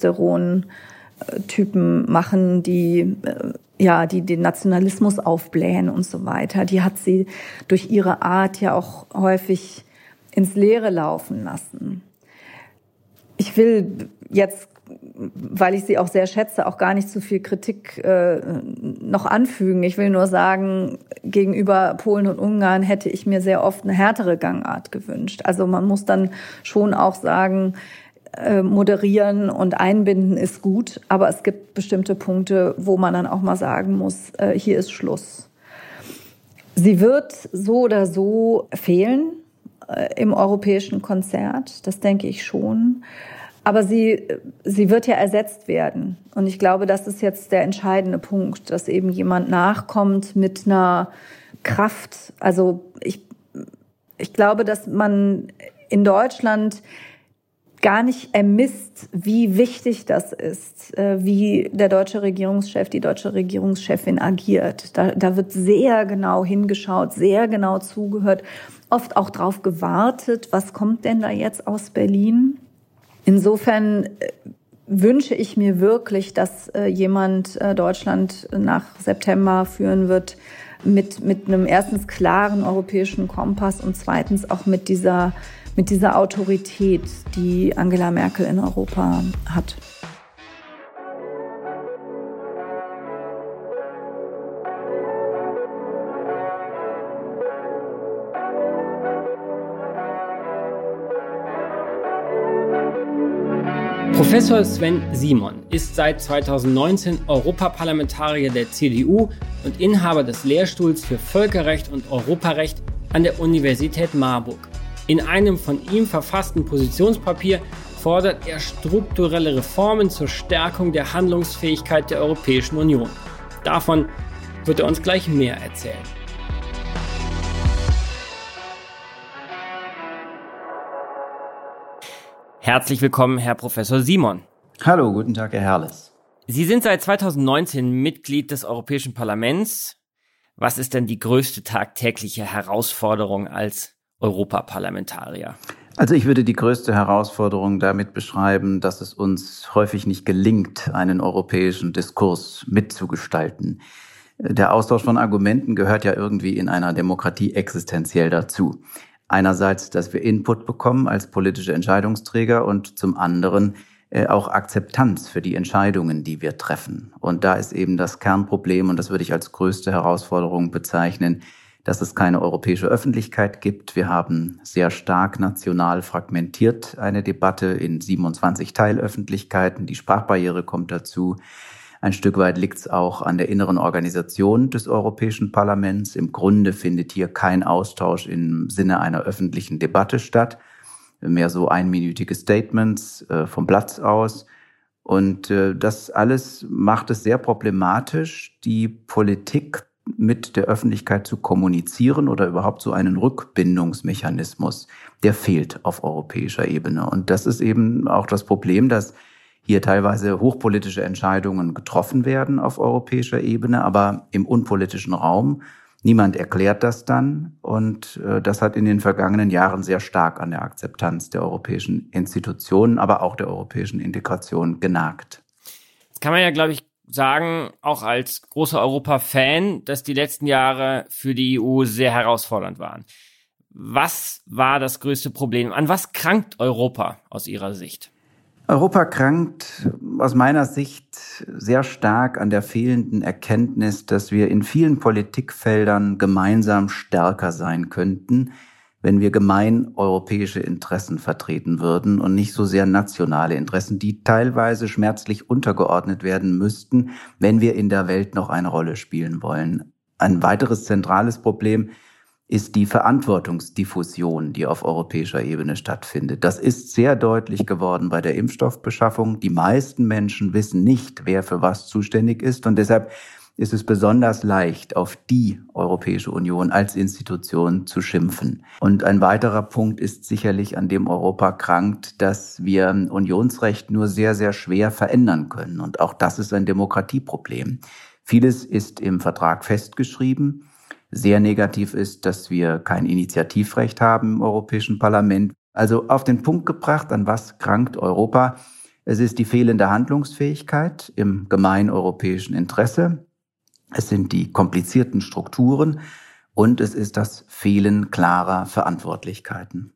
Testosteron-Typen machen, die äh, ja, die den Nationalismus aufblähen und so weiter. Die hat sie durch ihre Art ja auch häufig ins Leere laufen lassen. Ich will jetzt, weil ich sie auch sehr schätze, auch gar nicht so viel Kritik äh, noch anfügen. Ich will nur sagen, gegenüber Polen und Ungarn hätte ich mir sehr oft eine härtere Gangart gewünscht. Also man muss dann schon auch sagen, äh, moderieren und einbinden ist gut, aber es gibt bestimmte Punkte, wo man dann auch mal sagen muss, äh, hier ist Schluss. Sie wird so oder so fehlen im europäischen Konzert, das denke ich schon. Aber sie, sie wird ja ersetzt werden. Und ich glaube, das ist jetzt der entscheidende Punkt, dass eben jemand nachkommt mit einer Kraft. Also ich, ich glaube, dass man in Deutschland gar nicht ermisst, wie wichtig das ist, wie der deutsche Regierungschef, die deutsche Regierungschefin agiert. Da, da wird sehr genau hingeschaut, sehr genau zugehört, oft auch drauf gewartet, was kommt denn da jetzt aus Berlin? Insofern wünsche ich mir wirklich, dass jemand Deutschland nach September führen wird mit, mit einem erstens klaren europäischen Kompass und zweitens auch mit dieser mit dieser Autorität, die Angela Merkel in Europa hat. Professor Sven Simon ist seit zweitausendneunzehn Europaparlamentarier der C D U und Inhaber des Lehrstuhls für Völkerrecht und Europarecht an der Universität Marburg. In einem von ihm verfassten Positionspapier fordert er strukturelle Reformen zur Stärkung der Handlungsfähigkeit der Europäischen Union. Davon wird er uns gleich mehr erzählen. Herzlich willkommen, Herr Professor Simon. Hallo, guten Tag, Herr Herles. Sie sind seit zweitausendneunzehn Mitglied des Europäischen Parlaments. Was ist denn die größte tagtägliche Herausforderung als Europaparlamentarier? Also ich würde die größte Herausforderung damit beschreiben, dass es uns häufig nicht gelingt, einen europäischen Diskurs mitzugestalten. Der Austausch von Argumenten gehört ja irgendwie in einer Demokratie existenziell dazu. Einerseits, dass wir Input bekommen als politische Entscheidungsträger und zum anderen äh, auch Akzeptanz für die Entscheidungen, die wir treffen. Und da ist eben das Kernproblem, und das würde ich als größte Herausforderung bezeichnen, dass es keine europäische Öffentlichkeit gibt. Wir haben sehr stark national fragmentiert eine Debatte in siebenundzwanzig Teilöffentlichkeiten. Die Sprachbarriere kommt dazu. Ein Stück weit liegt es auch an der inneren Organisation des Europäischen Parlaments. Im Grunde findet hier kein Austausch im Sinne einer öffentlichen Debatte statt. Mehr so einminütige Statements äh, vom Platz aus. Und äh, das alles macht es sehr problematisch, die Politik mit der Öffentlichkeit zu kommunizieren oder überhaupt so einen Rückbindungsmechanismus, der fehlt auf europäischer Ebene. Und das ist eben auch das Problem, dass hier teilweise hochpolitische Entscheidungen getroffen werden auf europäischer Ebene, aber im unpolitischen Raum. Niemand erklärt das dann. Und äh, das hat in den vergangenen Jahren sehr stark an der Akzeptanz der europäischen Institutionen, aber auch der europäischen Integration genagt. Jetzt kann man ja, glaube ich, sagen, auch als großer Europa-Fan, dass die letzten Jahre für die E U sehr herausfordernd waren. Was war das größte Problem? An was krankt Europa aus Ihrer Sicht? Europa krankt aus meiner Sicht sehr stark an der fehlenden Erkenntnis, dass wir in vielen Politikfeldern gemeinsam stärker sein könnten, wenn wir gemein europäische Interessen vertreten würden und nicht so sehr nationale Interessen, die teilweise schmerzlich untergeordnet werden müssten, wenn wir in der Welt noch eine Rolle spielen wollen. Ein weiteres zentrales Problem ist die Verantwortungsdiffusion, die auf europäischer Ebene stattfindet. Das ist sehr deutlich geworden bei der Impfstoffbeschaffung. Die meisten Menschen wissen nicht, wer für was zuständig ist, und deshalb ist es besonders leicht, auf die Europäische Union als Institution zu schimpfen. Und ein weiterer Punkt ist sicherlich, an dem Europa krankt, dass wir Unionsrecht nur sehr, sehr schwer verändern können. Und auch das ist ein Demokratieproblem. Vieles ist im Vertrag festgeschrieben. Sehr negativ ist, dass wir kein Initiativrecht haben im Europäischen Parlament. Also auf den Punkt gebracht, an was krankt Europa? Es ist die fehlende Handlungsfähigkeit im gemeineuropäischen Interesse. Es sind die komplizierten Strukturen und es ist das Fehlen klarer Verantwortlichkeiten.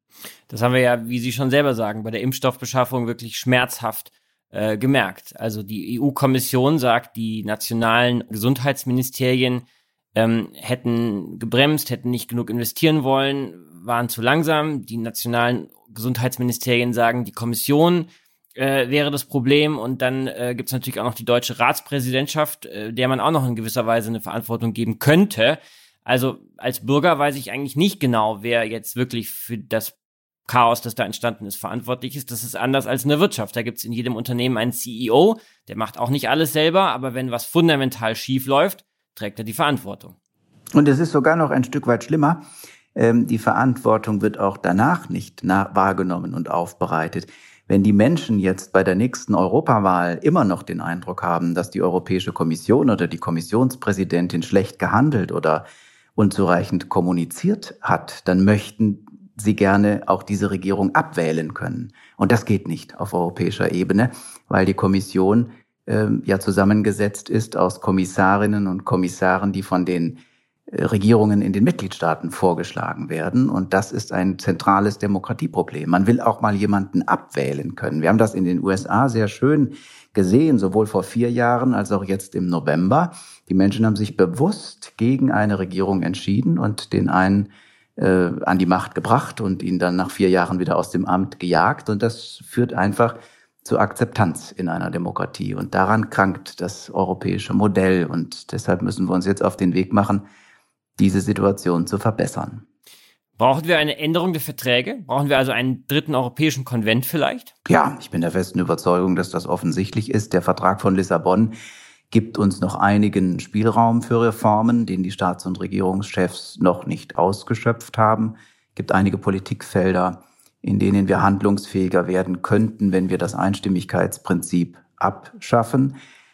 Das haben wir ja, wie Sie schon selber sagen, bei der Impfstoffbeschaffung wirklich schmerzhaft äh, gemerkt. Also die E U-Kommission sagt, die nationalen Gesundheitsministerien ähm, hätten gebremst, hätten nicht genug investieren wollen, waren zu langsam. Die nationalen Gesundheitsministerien sagen, die Kommission Äh, wäre das Problem, und dann äh, gibt es natürlich auch noch die deutsche Ratspräsidentschaft, äh, der man auch noch in gewisser Weise eine Verantwortung geben könnte. Also als Bürger weiß ich eigentlich nicht genau, wer jetzt wirklich für das Chaos, das da entstanden ist, verantwortlich ist. Das ist anders als in der Wirtschaft. Da gibt es in jedem Unternehmen einen C E O, der macht auch nicht alles selber, aber wenn was fundamental schief läuft, trägt er die Verantwortung. Und es ist sogar noch ein Stück weit schlimmer. Ähm, die Verantwortung wird auch danach nicht nach- wahrgenommen und aufbereitet. Wenn die Menschen jetzt bei der nächsten Europawahl immer noch den Eindruck haben, dass die Europäische Kommission oder die Kommissionspräsidentin schlecht gehandelt oder unzureichend kommuniziert hat, dann möchten sie gerne auch diese Regierung abwählen können. Und das geht nicht auf europäischer Ebene, weil die Kommission äh, ja zusammengesetzt ist aus Kommissarinnen und Kommissaren, die von den Regierungen in den Mitgliedstaaten vorgeschlagen werden. Und das ist ein zentrales Demokratieproblem. Man will auch mal jemanden abwählen können. Wir haben das in den U S A sehr schön gesehen, sowohl vor vier Jahren als auch jetzt im November. Die Menschen haben sich bewusst gegen eine Regierung entschieden und den einen äh, an die Macht gebracht und ihn dann nach vier Jahren wieder aus dem Amt gejagt. Und das führt einfach zu Akzeptanz in einer Demokratie. Und daran krankt das europäische Modell. Und deshalb müssen wir uns jetzt auf den Weg machen, diese Situation zu verbessern. Brauchen wir eine Änderung der Verträge? Brauchen wir also einen dritten europäischen Konvent vielleicht? Ja, ich bin der festen Überzeugung, dass das offensichtlich ist. Der Vertrag von Lissabon gibt uns noch einigen Spielraum für Reformen, den die Staats- und Regierungschefs noch nicht ausgeschöpft haben. Es gibt einige Politikfelder, in denen wir handlungsfähiger werden könnten, wenn wir das Einstimmigkeitsprinzip abschaffen.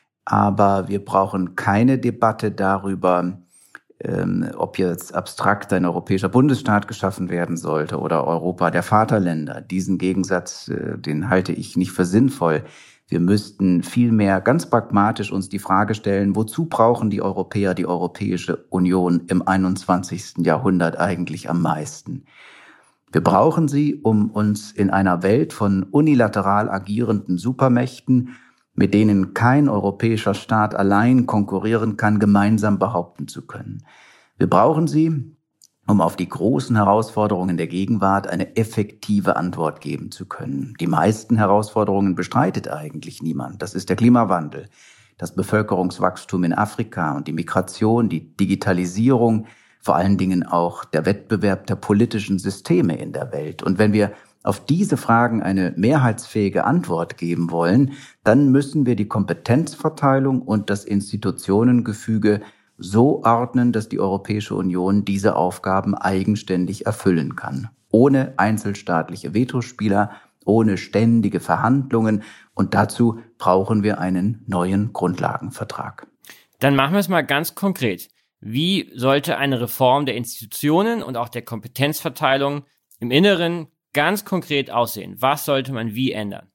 Aber wir brauchen keine Debatte darüber, Ähm, ob jetzt abstrakt ein europäischer Bundesstaat geschaffen werden sollte oder Europa der Vaterländer. Diesen Gegensatz, äh, den halte ich nicht für sinnvoll. Wir müssten vielmehr ganz pragmatisch uns die Frage stellen, wozu brauchen die Europäer die Europäische Union im einundzwanzigsten Jahrhundert eigentlich am meisten? Wir brauchen sie, um uns in einer Welt von unilateral agierenden Supermächten, mit denen kein europäischer Staat allein konkurrieren kann, gemeinsam behaupten zu können. Wir brauchen sie, um auf die großen Herausforderungen der Gegenwart eine effektive Antwort geben zu können. Die meisten Herausforderungen bestreitet eigentlich niemand. Das ist der Klimawandel, das Bevölkerungswachstum in Afrika und die Migration, die Digitalisierung, vor allen Dingen auch der Wettbewerb der politischen Systeme in der Welt. Und wenn wir auf diese Fragen eine mehrheitsfähige Antwort geben wollen, dann müssen wir die Kompetenzverteilung und das Institutionengefüge so ordnen, dass die Europäische Union diese Aufgaben eigenständig erfüllen kann. Ohne einzelstaatliche Vetospieler, ohne ständige Verhandlungen. Und dazu brauchen wir einen neuen Grundlagenvertrag. Dann machen wir es mal ganz konkret. Wie sollte eine Reform der Institutionen und auch der Kompetenzverteilung im Inneren ganz konkret aussehen? Was sollte man wie ändern?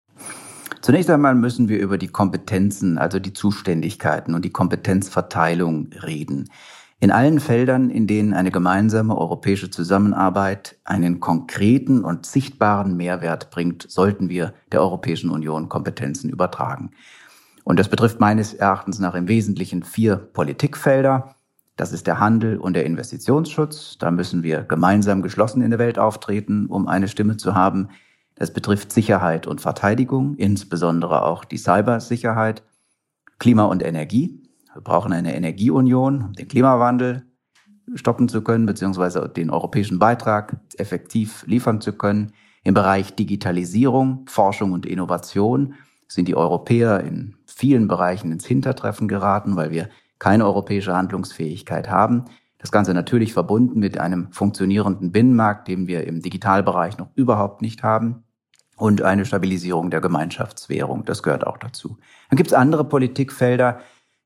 Zunächst einmal müssen wir über die Kompetenzen, also die Zuständigkeiten und die Kompetenzverteilung reden. In allen Feldern, in denen eine gemeinsame europäische Zusammenarbeit einen konkreten und sichtbaren Mehrwert bringt, sollten wir der Europäischen Union Kompetenzen übertragen. Und das betrifft meines Erachtens nach im Wesentlichen vier Politikfelder. Das ist der Handel und der Investitionsschutz. Da müssen wir gemeinsam geschlossen in der Welt auftreten, um eine Stimme zu haben. Das betrifft Sicherheit und Verteidigung, insbesondere auch die Cybersicherheit, Klima und Energie. Wir brauchen eine Energieunion, um den Klimawandel stoppen zu können, beziehungsweise den europäischen Beitrag effektiv liefern zu können. Im Bereich Digitalisierung, Forschung und Innovation sind die Europäer in vielen Bereichen ins Hintertreffen geraten, weil wir keine europäische Handlungsfähigkeit haben. Das Ganze natürlich verbunden mit einem funktionierenden Binnenmarkt, den wir im Digitalbereich noch überhaupt nicht haben, und eine Stabilisierung der Gemeinschaftswährung. Das gehört auch dazu. Dann gibt es andere Politikfelder,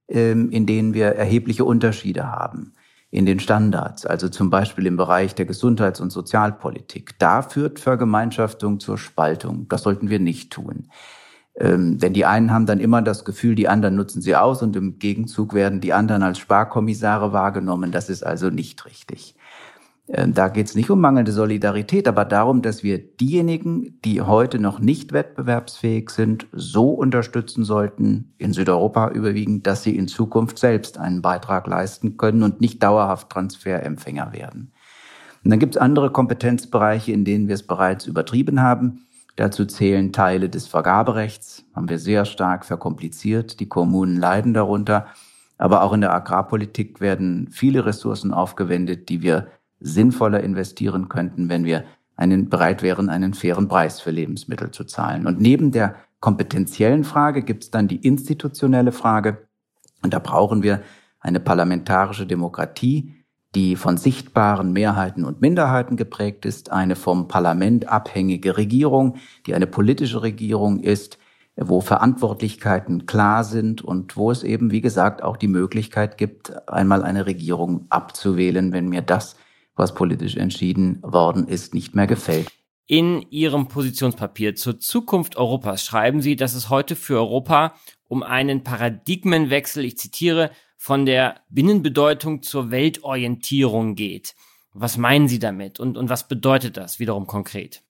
in denen wir erhebliche Unterschiede haben in den Standards, also zum Beispiel im Bereich der Gesundheits- und Sozialpolitik. Da führt Vergemeinschaftung zur Spaltung. Das sollten wir nicht tun. Ähm, denn die einen haben dann immer das Gefühl, die anderen nutzen sie aus und im Gegenzug werden die anderen als Sparkommissare wahrgenommen. Das ist also nicht richtig. Ähm, da geht es nicht um mangelnde Solidarität, aber darum, dass wir diejenigen, die heute noch nicht wettbewerbsfähig sind, so unterstützen sollten, in Südeuropa überwiegend, dass sie in Zukunft selbst einen Beitrag leisten können und nicht dauerhaft Transferempfänger werden. Und dann gibt es andere Kompetenzbereiche, in denen wir es bereits übertrieben haben. Dazu zählen Teile des Vergaberechts, haben wir sehr stark verkompliziert. Die Kommunen leiden darunter. Aber auch in der Agrarpolitik werden viele Ressourcen aufgewendet, die wir sinnvoller investieren könnten, wenn wir einen, bereit wären, einen fairen Preis für Lebensmittel zu zahlen. Und neben der kompetenziellen Frage gibt es dann die institutionelle Frage. Und da brauchen wir eine parlamentarische Demokratie, die von sichtbaren Mehrheiten und Minderheiten geprägt ist, eine vom Parlament abhängige Regierung, die eine politische Regierung ist, wo Verantwortlichkeiten klar sind und wo es eben, wie gesagt, auch die Möglichkeit gibt, einmal eine Regierung abzuwählen, wenn mir das, was politisch entschieden worden ist, nicht mehr gefällt. In Ihrem Positionspapier zur Zukunft Europas schreiben Sie, dass es heute für Europa um einen Paradigmenwechsel, ich zitiere, von der Binnenbedeutung zur Weltorientierung geht. Was meinen Sie damit und, und was bedeutet das wiederum konkret?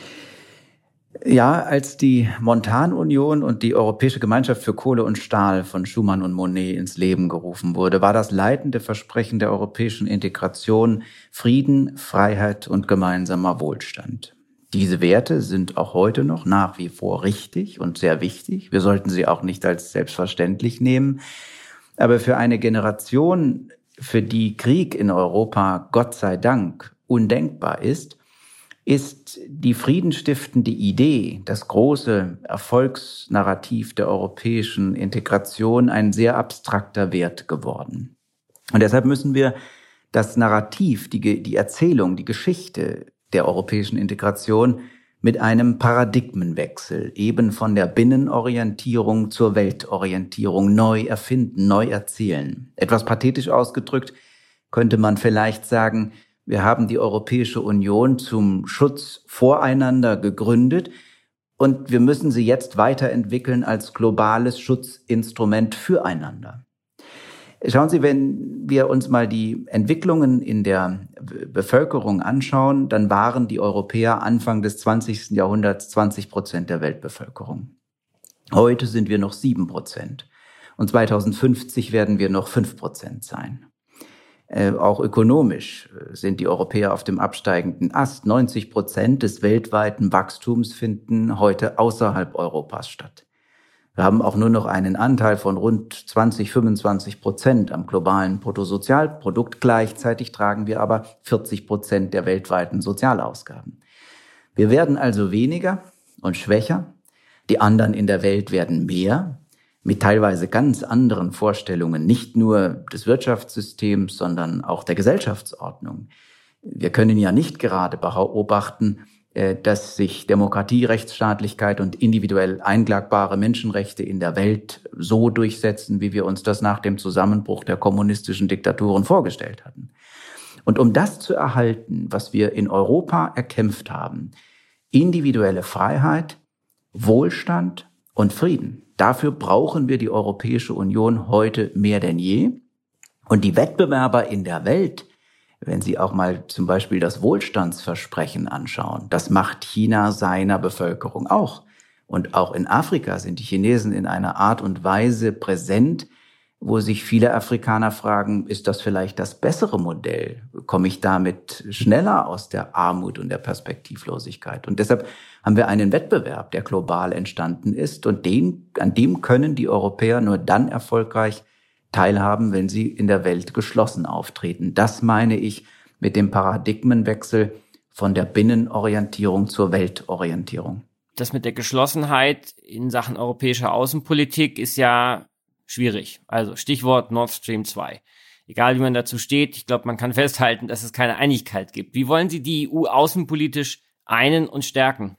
Ja, als die Montanunion und die Europäische Gemeinschaft für Kohle und Stahl von Schuman und Monnet ins Leben gerufen wurde, war das leitende Versprechen der europäischen Integration Frieden, Freiheit und gemeinsamer Wohlstand. Diese Werte sind auch heute noch nach wie vor richtig und sehr wichtig. Wir sollten sie auch nicht als selbstverständlich nehmen. Aber für eine Generation, für die Krieg in Europa, Gott sei Dank, undenkbar ist, ist die friedenstiftende Idee, das große Erfolgsnarrativ der europäischen Integration ein sehr abstrakter Wert geworden. Und deshalb müssen wir das Narrativ, die, die Erzählung, die Geschichte der europäischen Integration mit einem Paradigmenwechsel, eben von der Binnenorientierung zur Weltorientierung neu erfinden, neu erzählen. Etwas pathetisch ausgedrückt könnte man vielleicht sagen, wir haben die Europäische Union zum Schutz voreinander gegründet und wir müssen sie jetzt weiterentwickeln als globales Schutzinstrument füreinander. Schauen Sie, wenn wir uns mal die Entwicklungen in der Bevölkerung anschauen, dann waren die Europäer Anfang des zwanzigsten Jahrhunderts zwanzig Prozent der Weltbevölkerung. Heute sind wir noch sieben Prozent und zweitausendfünfzig werden wir noch fünf Prozent sein. Äh, auch ökonomisch sind die Europäer auf dem absteigenden Ast. neunzig Prozent des weltweiten Wachstums finden heute außerhalb Europas statt. Wir haben auch nur noch einen Anteil von rund zwanzig, fünfundzwanzig Prozent am globalen Bruttosozialprodukt. Gleichzeitig tragen wir aber vierzig Prozent der weltweiten Sozialausgaben. Wir werden also weniger und schwächer. Die anderen in der Welt werden mehr. mit teilweise ganz anderen Vorstellungen, nicht nur des Wirtschaftssystems, sondern auch der Gesellschaftsordnung. Wir können ja nicht gerade beobachten, dass sich Demokratie, Rechtsstaatlichkeit und individuell einklagbare Menschenrechte in der Welt so durchsetzen, wie wir uns das nach dem Zusammenbruch der kommunistischen Diktaturen vorgestellt hatten. Und um das zu erhalten, was wir in Europa erkämpft haben, individuelle Freiheit, Wohlstand und Frieden, dafür brauchen wir die Europäische Union heute mehr denn je. Und die Wettbewerber in der Welt, wenn Sie auch mal zum Beispiel das Wohlstandsversprechen anschauen, das macht China seiner Bevölkerung auch. Und auch in Afrika sind die Chinesen in einer Art und Weise präsent, wo sich viele Afrikaner fragen, ist das vielleicht das bessere Modell? Komme ich damit schneller aus der Armut und der Perspektivlosigkeit? Und deshalb haben wir einen Wettbewerb, der global entstanden ist. Und den, an dem können die Europäer nur dann erfolgreich teilhaben, wenn sie in der Welt geschlossen auftreten. Das meine ich mit dem Paradigmenwechsel von der Binnenorientierung zur Weltorientierung. Das mit der Geschlossenheit in Sachen europäischer Außenpolitik ist ja schwierig. Also Stichwort Nord Stream zwei. Egal wie man dazu steht, ich glaube, man kann festhalten, dass es keine Einigkeit gibt. Wie wollen Sie die E U außenpolitisch einen und stärken?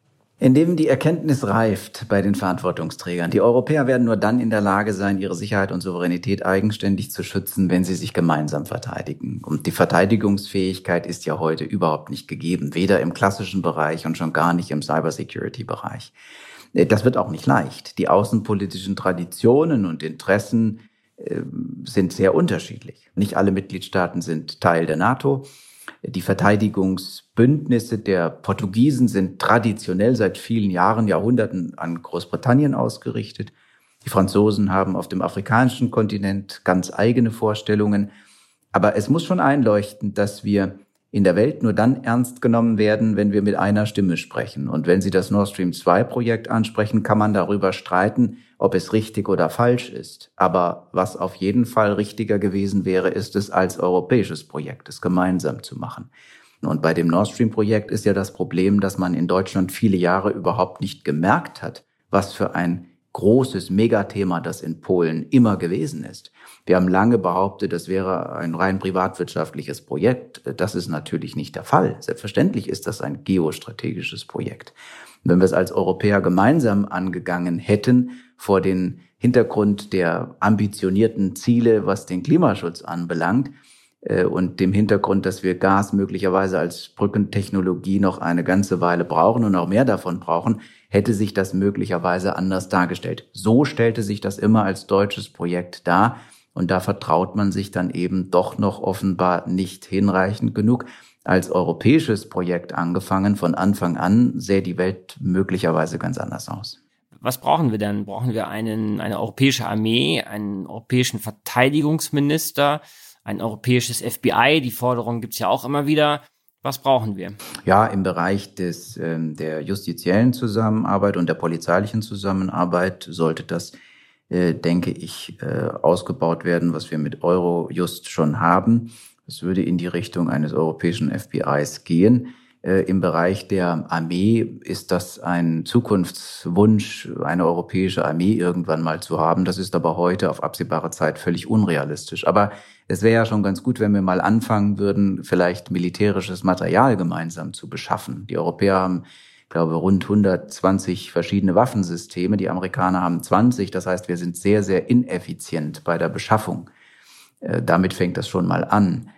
Indem die Erkenntnis reift bei den Verantwortungsträgern. Die Europäer werden nur dann in der Lage sein, ihre Sicherheit und Souveränität eigenständig zu schützen, wenn sie sich gemeinsam verteidigen. Und die Verteidigungsfähigkeit ist ja heute überhaupt nicht gegeben, weder im klassischen Bereich und schon gar nicht im Cybersecurity-Bereich. Das wird auch nicht leicht. Die außenpolitischen Traditionen und Interessen äh, sind sehr unterschiedlich. Nicht alle Mitgliedstaaten sind Teil der NATO. Die Verteidigungsbündnisse der Portugiesen sind traditionell seit vielen Jahren, Jahrhunderten an Großbritannien ausgerichtet. Die Franzosen haben auf dem afrikanischen Kontinent ganz eigene Vorstellungen. Aber es muss schon einleuchten, dass wir in der Welt nur dann ernst genommen werden, wenn wir mit einer Stimme sprechen. Und wenn Sie das Nord Stream zwei Projekt ansprechen, kann man darüber streiten, ob es richtig oder falsch ist. Aber was auf jeden Fall richtiger gewesen wäre, ist es als europäisches Projekt, es gemeinsam zu machen. Und bei dem Nord Stream Projekt ist ja das Problem, dass man in Deutschland viele Jahre überhaupt nicht gemerkt hat, was für ein großes Megathema das in Polen immer gewesen ist. Wir haben lange behauptet, das wäre ein rein privatwirtschaftliches Projekt. Das ist natürlich nicht der Fall. Selbstverständlich ist das ein geostrategisches Projekt. Und wenn wir es als Europäer gemeinsam angegangen hätten, vor den Hintergrund der ambitionierten Ziele, was den Klimaschutz anbelangt, äh, und dem Hintergrund, dass wir Gas möglicherweise als Brückentechnologie noch eine ganze Weile brauchen und auch mehr davon brauchen, hätte sich das möglicherweise anders dargestellt. So stellte sich das immer als deutsches Projekt dar. Und da vertraut man sich dann eben doch noch offenbar nicht hinreichend genug. Als europäisches Projekt angefangen, von Anfang an sähe die Welt möglicherweise ganz anders aus. Was brauchen wir denn? Brauchen wir einen, eine europäische Armee, einen europäischen Verteidigungsminister, ein europäisches F B I? Die Forderung gibt's ja auch immer wieder. Was brauchen wir? Ja, im Bereich des, äh, der justiziellen Zusammenarbeit und der polizeilichen Zusammenarbeit sollte das, äh, denke ich, äh, ausgebaut werden, was wir mit Eurojust schon haben. Das würde in die Richtung eines europäischen F B Is gehen. Äh, Im Bereich der Armee ist das ein Zukunftswunsch, eine europäische Armee irgendwann mal zu haben. Das ist aber heute auf absehbare Zeit völlig unrealistisch. Aber es wäre ja schon ganz gut, wenn wir mal anfangen würden, vielleicht militärisches Material gemeinsam zu beschaffen. Die Europäer haben, ich glaube, rund hundertzwanzig verschiedene Waffensysteme. Die Amerikaner haben zwanzig. Das heißt, wir sind sehr, sehr ineffizient bei der Beschaffung. Äh, damit fängt das schon mal an.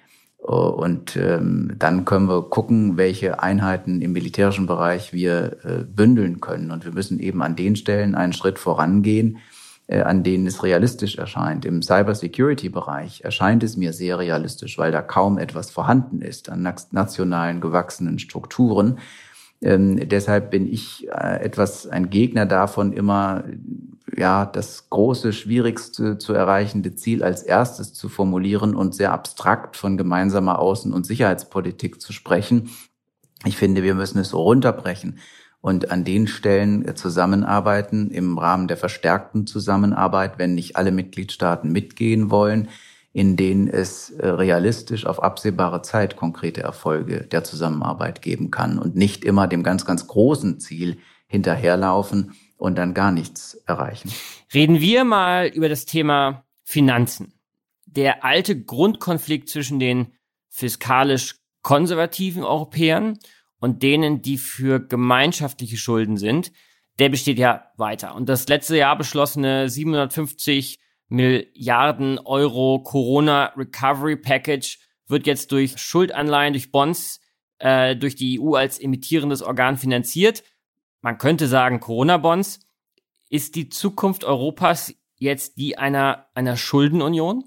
Und ähm, dann können wir gucken, welche Einheiten im militärischen Bereich wir äh, bündeln können. Und wir müssen eben an den Stellen einen Schritt vorangehen, äh, an denen es realistisch erscheint. Im Cybersecurity-Bereich erscheint es mir sehr realistisch, weil da kaum etwas vorhanden ist an nationalen gewachsenen Strukturen. Ähm, deshalb bin ich äh, etwas ein Gegner davon, immer ja das große, schwierigste zu erreichende Ziel als erstes zu formulieren und sehr abstrakt von gemeinsamer Außen- und Sicherheitspolitik zu sprechen. Ich finde, wir müssen es so runterbrechen und an den Stellen zusammenarbeiten im Rahmen der verstärkten Zusammenarbeit, wenn nicht alle Mitgliedstaaten mitgehen wollen, in denen es realistisch auf absehbare Zeit konkrete Erfolge der Zusammenarbeit geben kann und nicht immer dem ganz, ganz großen Ziel hinterherlaufen, und dann gar nichts erreichen. Reden wir mal über das Thema Finanzen. Der alte Grundkonflikt zwischen den fiskalisch konservativen Europäern und denen, die für gemeinschaftliche Schulden sind, der besteht ja weiter. Und das letzte Jahr beschlossene siebenhundertfünfzig Milliarden Euro Corona Recovery Package wird jetzt durch Schuldanleihen, durch Bonds, äh, durch die E U als emittierendes Organ finanziert. Man könnte sagen Corona-Bonds. Ist die Zukunft Europas jetzt die einer, einer Schuldenunion?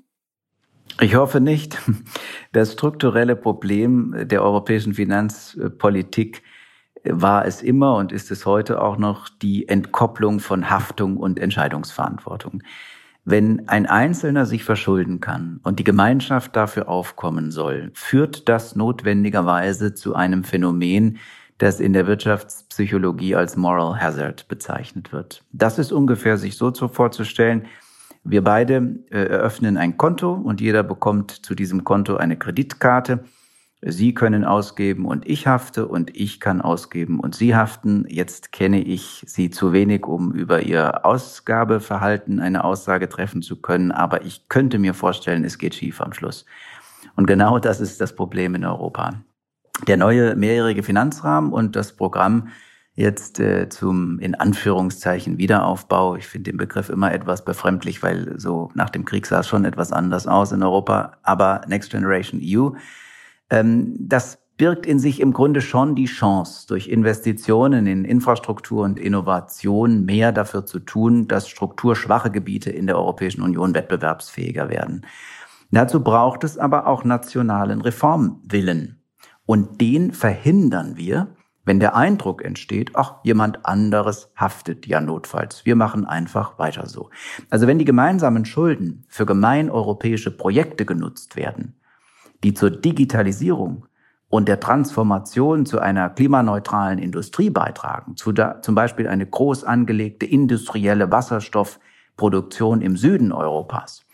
Ich hoffe nicht. Das strukturelle Problem der europäischen Finanzpolitik war es immer und ist es heute auch noch die Entkopplung von Haftung und Entscheidungsverantwortung. Wenn ein Einzelner sich verschulden kann und die Gemeinschaft dafür aufkommen soll, führt das notwendigerweise zu einem Phänomen, das in der Wirtschaftspsychologie als Moral Hazard bezeichnet wird. Das ist ungefähr sich so vorzustellen: Wir beide äh, eröffnen ein Konto und jeder bekommt zu diesem Konto eine Kreditkarte. Sie können ausgeben und ich hafte und ich kann ausgeben und Sie haften. Jetzt kenne ich Sie zu wenig, um über Ihr Ausgabeverhalten eine Aussage treffen zu können, aber ich könnte mir vorstellen, es geht schief am Schluss. Und genau das ist das Problem in Europa. Der neue mehrjährige Finanzrahmen und das Programm jetzt äh, zum, in Anführungszeichen, Wiederaufbau. Ich finde den Begriff immer etwas befremdlich, weil so nach dem Krieg sah es schon etwas anders aus in Europa. Aber Next Generation E U, ähm, das birgt in sich im Grunde schon die Chance, durch Investitionen in Infrastruktur und Innovation mehr dafür zu tun, dass strukturschwache Gebiete in der Europäischen Union wettbewerbsfähiger werden. Dazu braucht es aber auch nationalen Reformwillen. Und den verhindern wir, wenn der Eindruck entsteht, ach, jemand anderes haftet ja notfalls. Wir machen einfach weiter so. Also wenn die gemeinsamen Schulden für gemeineuropäische Projekte genutzt werden, die zur Digitalisierung und der Transformation zu einer klimaneutralen Industrie beitragen, zu da, zum Beispiel eine groß angelegte industrielle Wasserstoffproduktion im Süden Europas.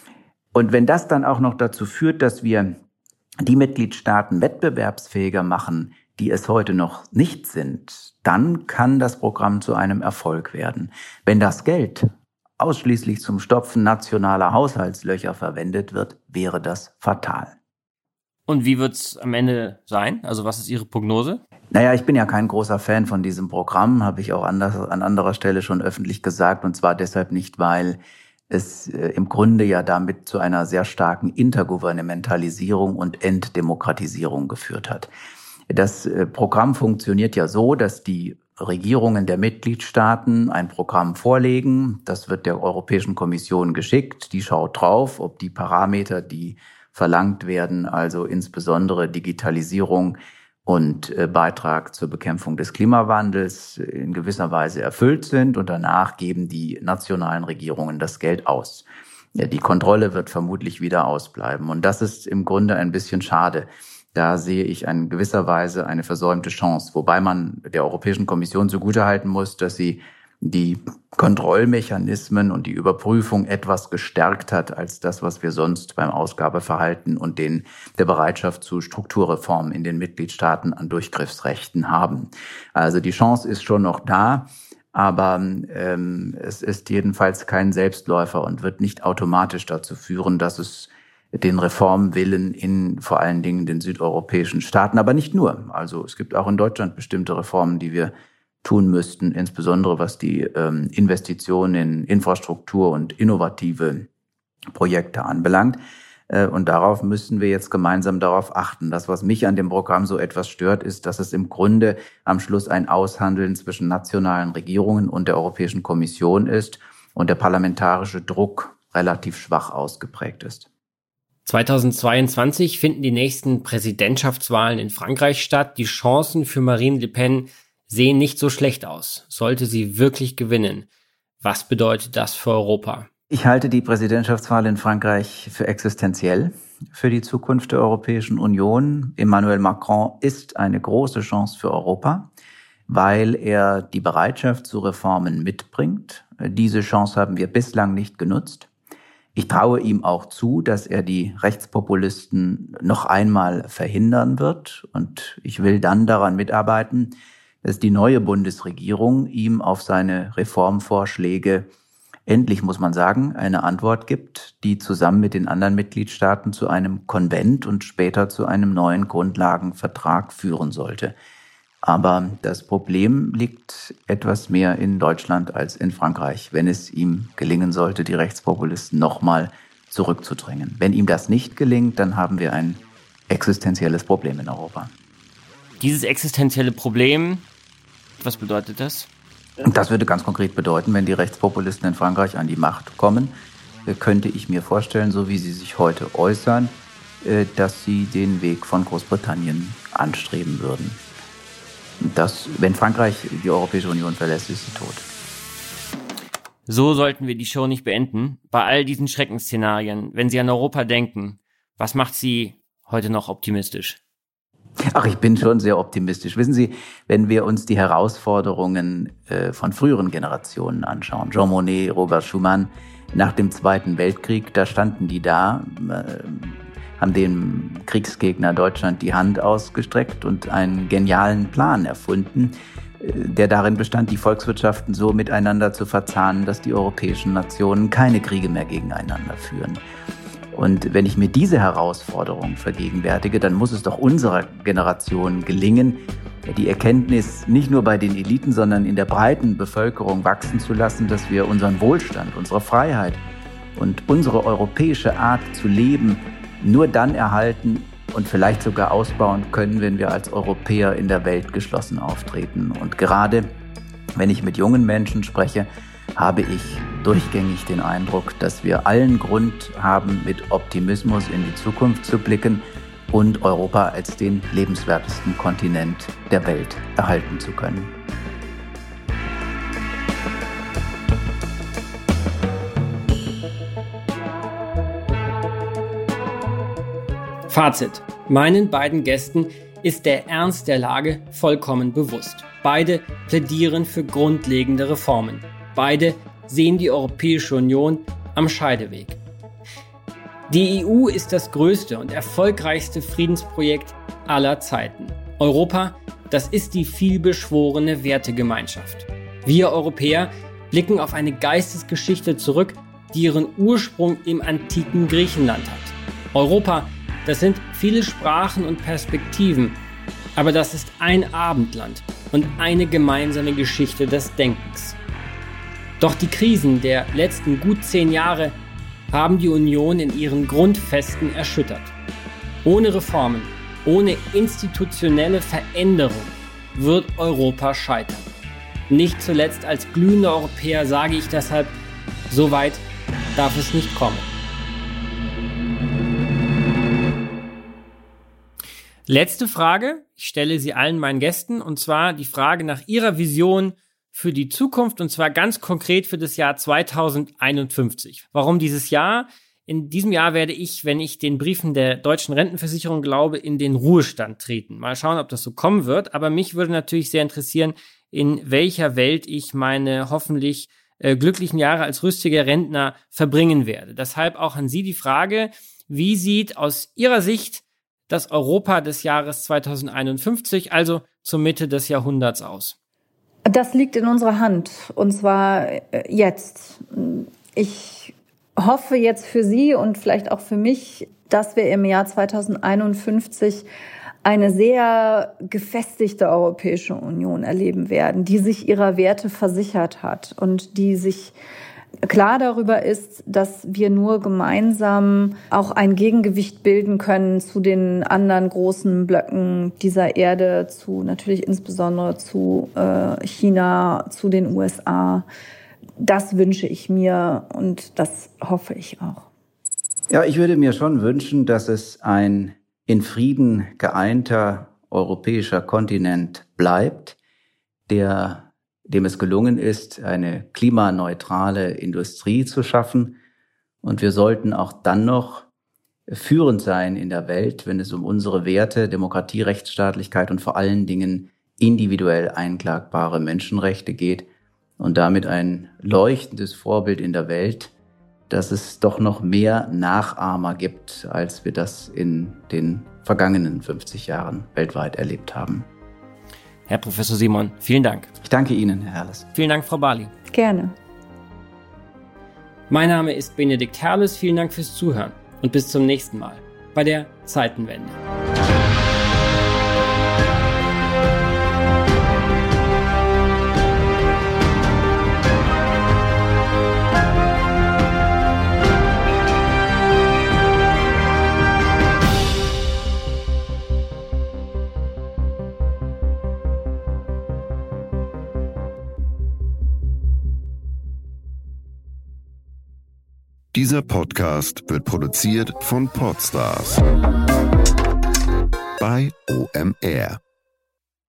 Und wenn das dann auch noch dazu führt, dass wir die Mitgliedstaaten wettbewerbsfähiger machen, die es heute noch nicht sind, dann kann das Programm zu einem Erfolg werden. Wenn das Geld ausschließlich zum Stopfen nationaler Haushaltslöcher verwendet wird, wäre das fatal. Und wie wird's am Ende sein? Also was ist Ihre Prognose? Naja, ich bin ja kein großer Fan von diesem Programm, habe ich auch anders, an anderer Stelle schon öffentlich gesagt, und zwar deshalb nicht, weil es äh, im Grunde ja damit zu einer sehr starken Intergouvernementalisierung und Entdemokratisierung geführt hat. Das äh, Programm funktioniert ja so, dass die Regierungen der Mitgliedstaaten ein Programm vorlegen. Das wird der Europäischen Kommission geschickt. Die schaut drauf, ob die Parameter, die verlangt werden, also insbesondere Digitalisierung und äh, Beitrag zur Bekämpfung des Klimawandels, in gewisser Weise erfüllt sind, und danach geben die nationalen Regierungen das Geld aus. Ja, die Kontrolle wird vermutlich wieder ausbleiben, und das ist im Grunde ein bisschen schade. Da sehe ich in gewisser Weise eine versäumte Chance, wobei man der Europäischen Kommission zugutehalten muss, dass sie die Kontrollmechanismen und die Überprüfung etwas gestärkt hat als das, was wir sonst beim Ausgabeverhalten und den, der Bereitschaft zu Strukturreformen in den Mitgliedstaaten an Durchgriffsrechten haben. Also die Chance ist schon noch da, aber ähm, es ist jedenfalls kein Selbstläufer und wird nicht automatisch dazu führen, dass es den Reformwillen in vor allen Dingen den südeuropäischen Staaten, aber nicht nur. Also es gibt auch in Deutschland bestimmte Reformen, die wir tun müssten, insbesondere was die ähm, Investitionen in Infrastruktur und innovative Projekte anbelangt. Äh, und darauf müssen wir jetzt gemeinsam darauf achten. Das, was mich an dem Programm so etwas stört, ist, dass es im Grunde am Schluss ein Aushandeln zwischen nationalen Regierungen und der Europäischen Kommission ist und der parlamentarische Druck relativ schwach ausgeprägt ist. zweitausendzweiundzwanzig finden die nächsten Präsidentschaftswahlen in Frankreich statt. Die Chancen für Marine Le Pen sehen nicht so schlecht aus. Sollte sie wirklich gewinnen, was bedeutet das für Europa? Ich halte die Präsidentschaftswahl in Frankreich für existenziell für die Zukunft der Europäischen Union. Emmanuel Macron ist eine große Chance für Europa, weil er die Bereitschaft zu Reformen mitbringt. Diese Chance haben wir bislang nicht genutzt. Ich traue ihm auch zu, dass er die Rechtspopulisten noch einmal verhindern wird. Und ich will dann daran mitarbeiten, dass die neue Bundesregierung ihm auf seine Reformvorschläge endlich, muss man sagen, eine Antwort gibt, die zusammen mit den anderen Mitgliedstaaten zu einem Konvent und später zu einem neuen Grundlagenvertrag führen sollte. Aber das Problem liegt etwas mehr in Deutschland als in Frankreich, wenn es ihm gelingen sollte, die Rechtspopulisten nochmal zurückzudrängen. Wenn ihm das nicht gelingt, dann haben wir ein existenzielles Problem in Europa. Dieses existenzielle Problem, was bedeutet das? Das würde ganz konkret bedeuten, wenn die Rechtspopulisten in Frankreich an die Macht kommen, könnte ich mir vorstellen, so wie sie sich heute äußern, dass sie den Weg von Großbritannien anstreben würden. Das, wenn Frankreich die Europäische Union verlässt, ist sie tot. So sollten wir die Show nicht beenden. Bei all diesen Schreckensszenarien, wenn Sie an Europa denken, was macht Sie heute noch optimistisch? Ach, ich bin schon sehr optimistisch. Wissen Sie, wenn wir uns die Herausforderungen äh, von früheren Generationen anschauen, Jean Monnet, Robert Schuman, nach dem Zweiten Weltkrieg, da standen die da, äh, haben dem Kriegsgegner Deutschland die Hand ausgestreckt und einen genialen Plan erfunden, äh, der darin bestand, die Volkswirtschaften so miteinander zu verzahnen, dass die europäischen Nationen keine Kriege mehr gegeneinander führen. Und wenn ich mir diese Herausforderung vergegenwärtige, dann muss es doch unserer Generation gelingen, die Erkenntnis nicht nur bei den Eliten, sondern in der breiten Bevölkerung wachsen zu lassen, dass wir unseren Wohlstand, unsere Freiheit und unsere europäische Art zu leben nur dann erhalten und vielleicht sogar ausbauen können, wenn wir als Europäer in der Welt geschlossen auftreten. Und gerade wenn ich mit jungen Menschen spreche, habe ich durchgängig den Eindruck, dass wir allen Grund haben, mit Optimismus in die Zukunft zu blicken und Europa als den lebenswertesten Kontinent der Welt erhalten zu können. Fazit: Meinen beiden Gästen ist der Ernst der Lage vollkommen bewusst. Beide plädieren für grundlegende Reformen. Beide sehen die Europäische Union am Scheideweg. Die E U ist das größte und erfolgreichste Friedensprojekt aller Zeiten. Europa, das ist die vielbeschworene Wertegemeinschaft. Wir Europäer blicken auf eine Geistesgeschichte zurück, die ihren Ursprung im antiken Griechenland hat. Europa, das sind viele Sprachen und Perspektiven, aber das ist ein Abendland und eine gemeinsame Geschichte des Denkens. Doch die Krisen der letzten gut zehn Jahre haben die Union in ihren Grundfesten erschüttert. Ohne Reformen, ohne institutionelle Veränderung wird Europa scheitern. Nicht zuletzt als glühender Europäer sage ich deshalb, so weit darf es nicht kommen. Letzte Frage, ich stelle sie allen meinen Gästen, und zwar die Frage nach ihrer Vision für die Zukunft, und zwar ganz konkret für das Jahr zweitausendeinundfünfzig. Warum dieses Jahr? In diesem Jahr werde ich, wenn ich den Briefen der deutschen Rentenversicherung glaube, in den Ruhestand treten. Mal schauen, ob das so kommen wird, aber mich würde natürlich sehr interessieren, in welcher Welt ich meine hoffentlich äh, glücklichen Jahre als rüstiger Rentner verbringen werde. Deshalb auch an Sie die Frage, wie sieht aus Ihrer Sicht das Europa des Jahres zweitausendeinundfünfzig, also zur Mitte des Jahrhunderts, aus? Das liegt in unserer Hand, und zwar jetzt. Ich hoffe jetzt für Sie und vielleicht auch für mich, dass wir im Jahr zweitausendeinundfünfzig eine sehr gefestigte Europäische Union erleben werden, die sich ihrer Werte versichert hat und die sich klar darüber ist, dass wir nur gemeinsam auch ein Gegengewicht bilden können zu den anderen großen Blöcken dieser Erde, zu natürlich insbesondere zu äh, China, zu den U S A. Das wünsche ich mir und das hoffe ich auch. Ja, ich würde mir schon wünschen, dass es ein in Frieden geeinter europäischer Kontinent bleibt, der dem es gelungen ist, eine klimaneutrale Industrie zu schaffen. Und wir sollten auch dann noch führend sein in der Welt, wenn es um unsere Werte, Demokratie, Rechtsstaatlichkeit und vor allen Dingen individuell einklagbare Menschenrechte geht und damit ein leuchtendes Vorbild in der Welt, dass es doch noch mehr Nachahmer gibt, als wir das in den vergangenen fünfzig Jahren weltweit erlebt haben. Herr Professor Simon, vielen Dank. Ich danke Ihnen, Herr Herles. Vielen Dank, Frau Bali. Gerne. Mein Name ist Benedikt Herles. Vielen Dank fürs Zuhören und bis zum nächsten Mal bei der Zeitenwende. Dieser Podcast wird produziert von Podstars bei O M R.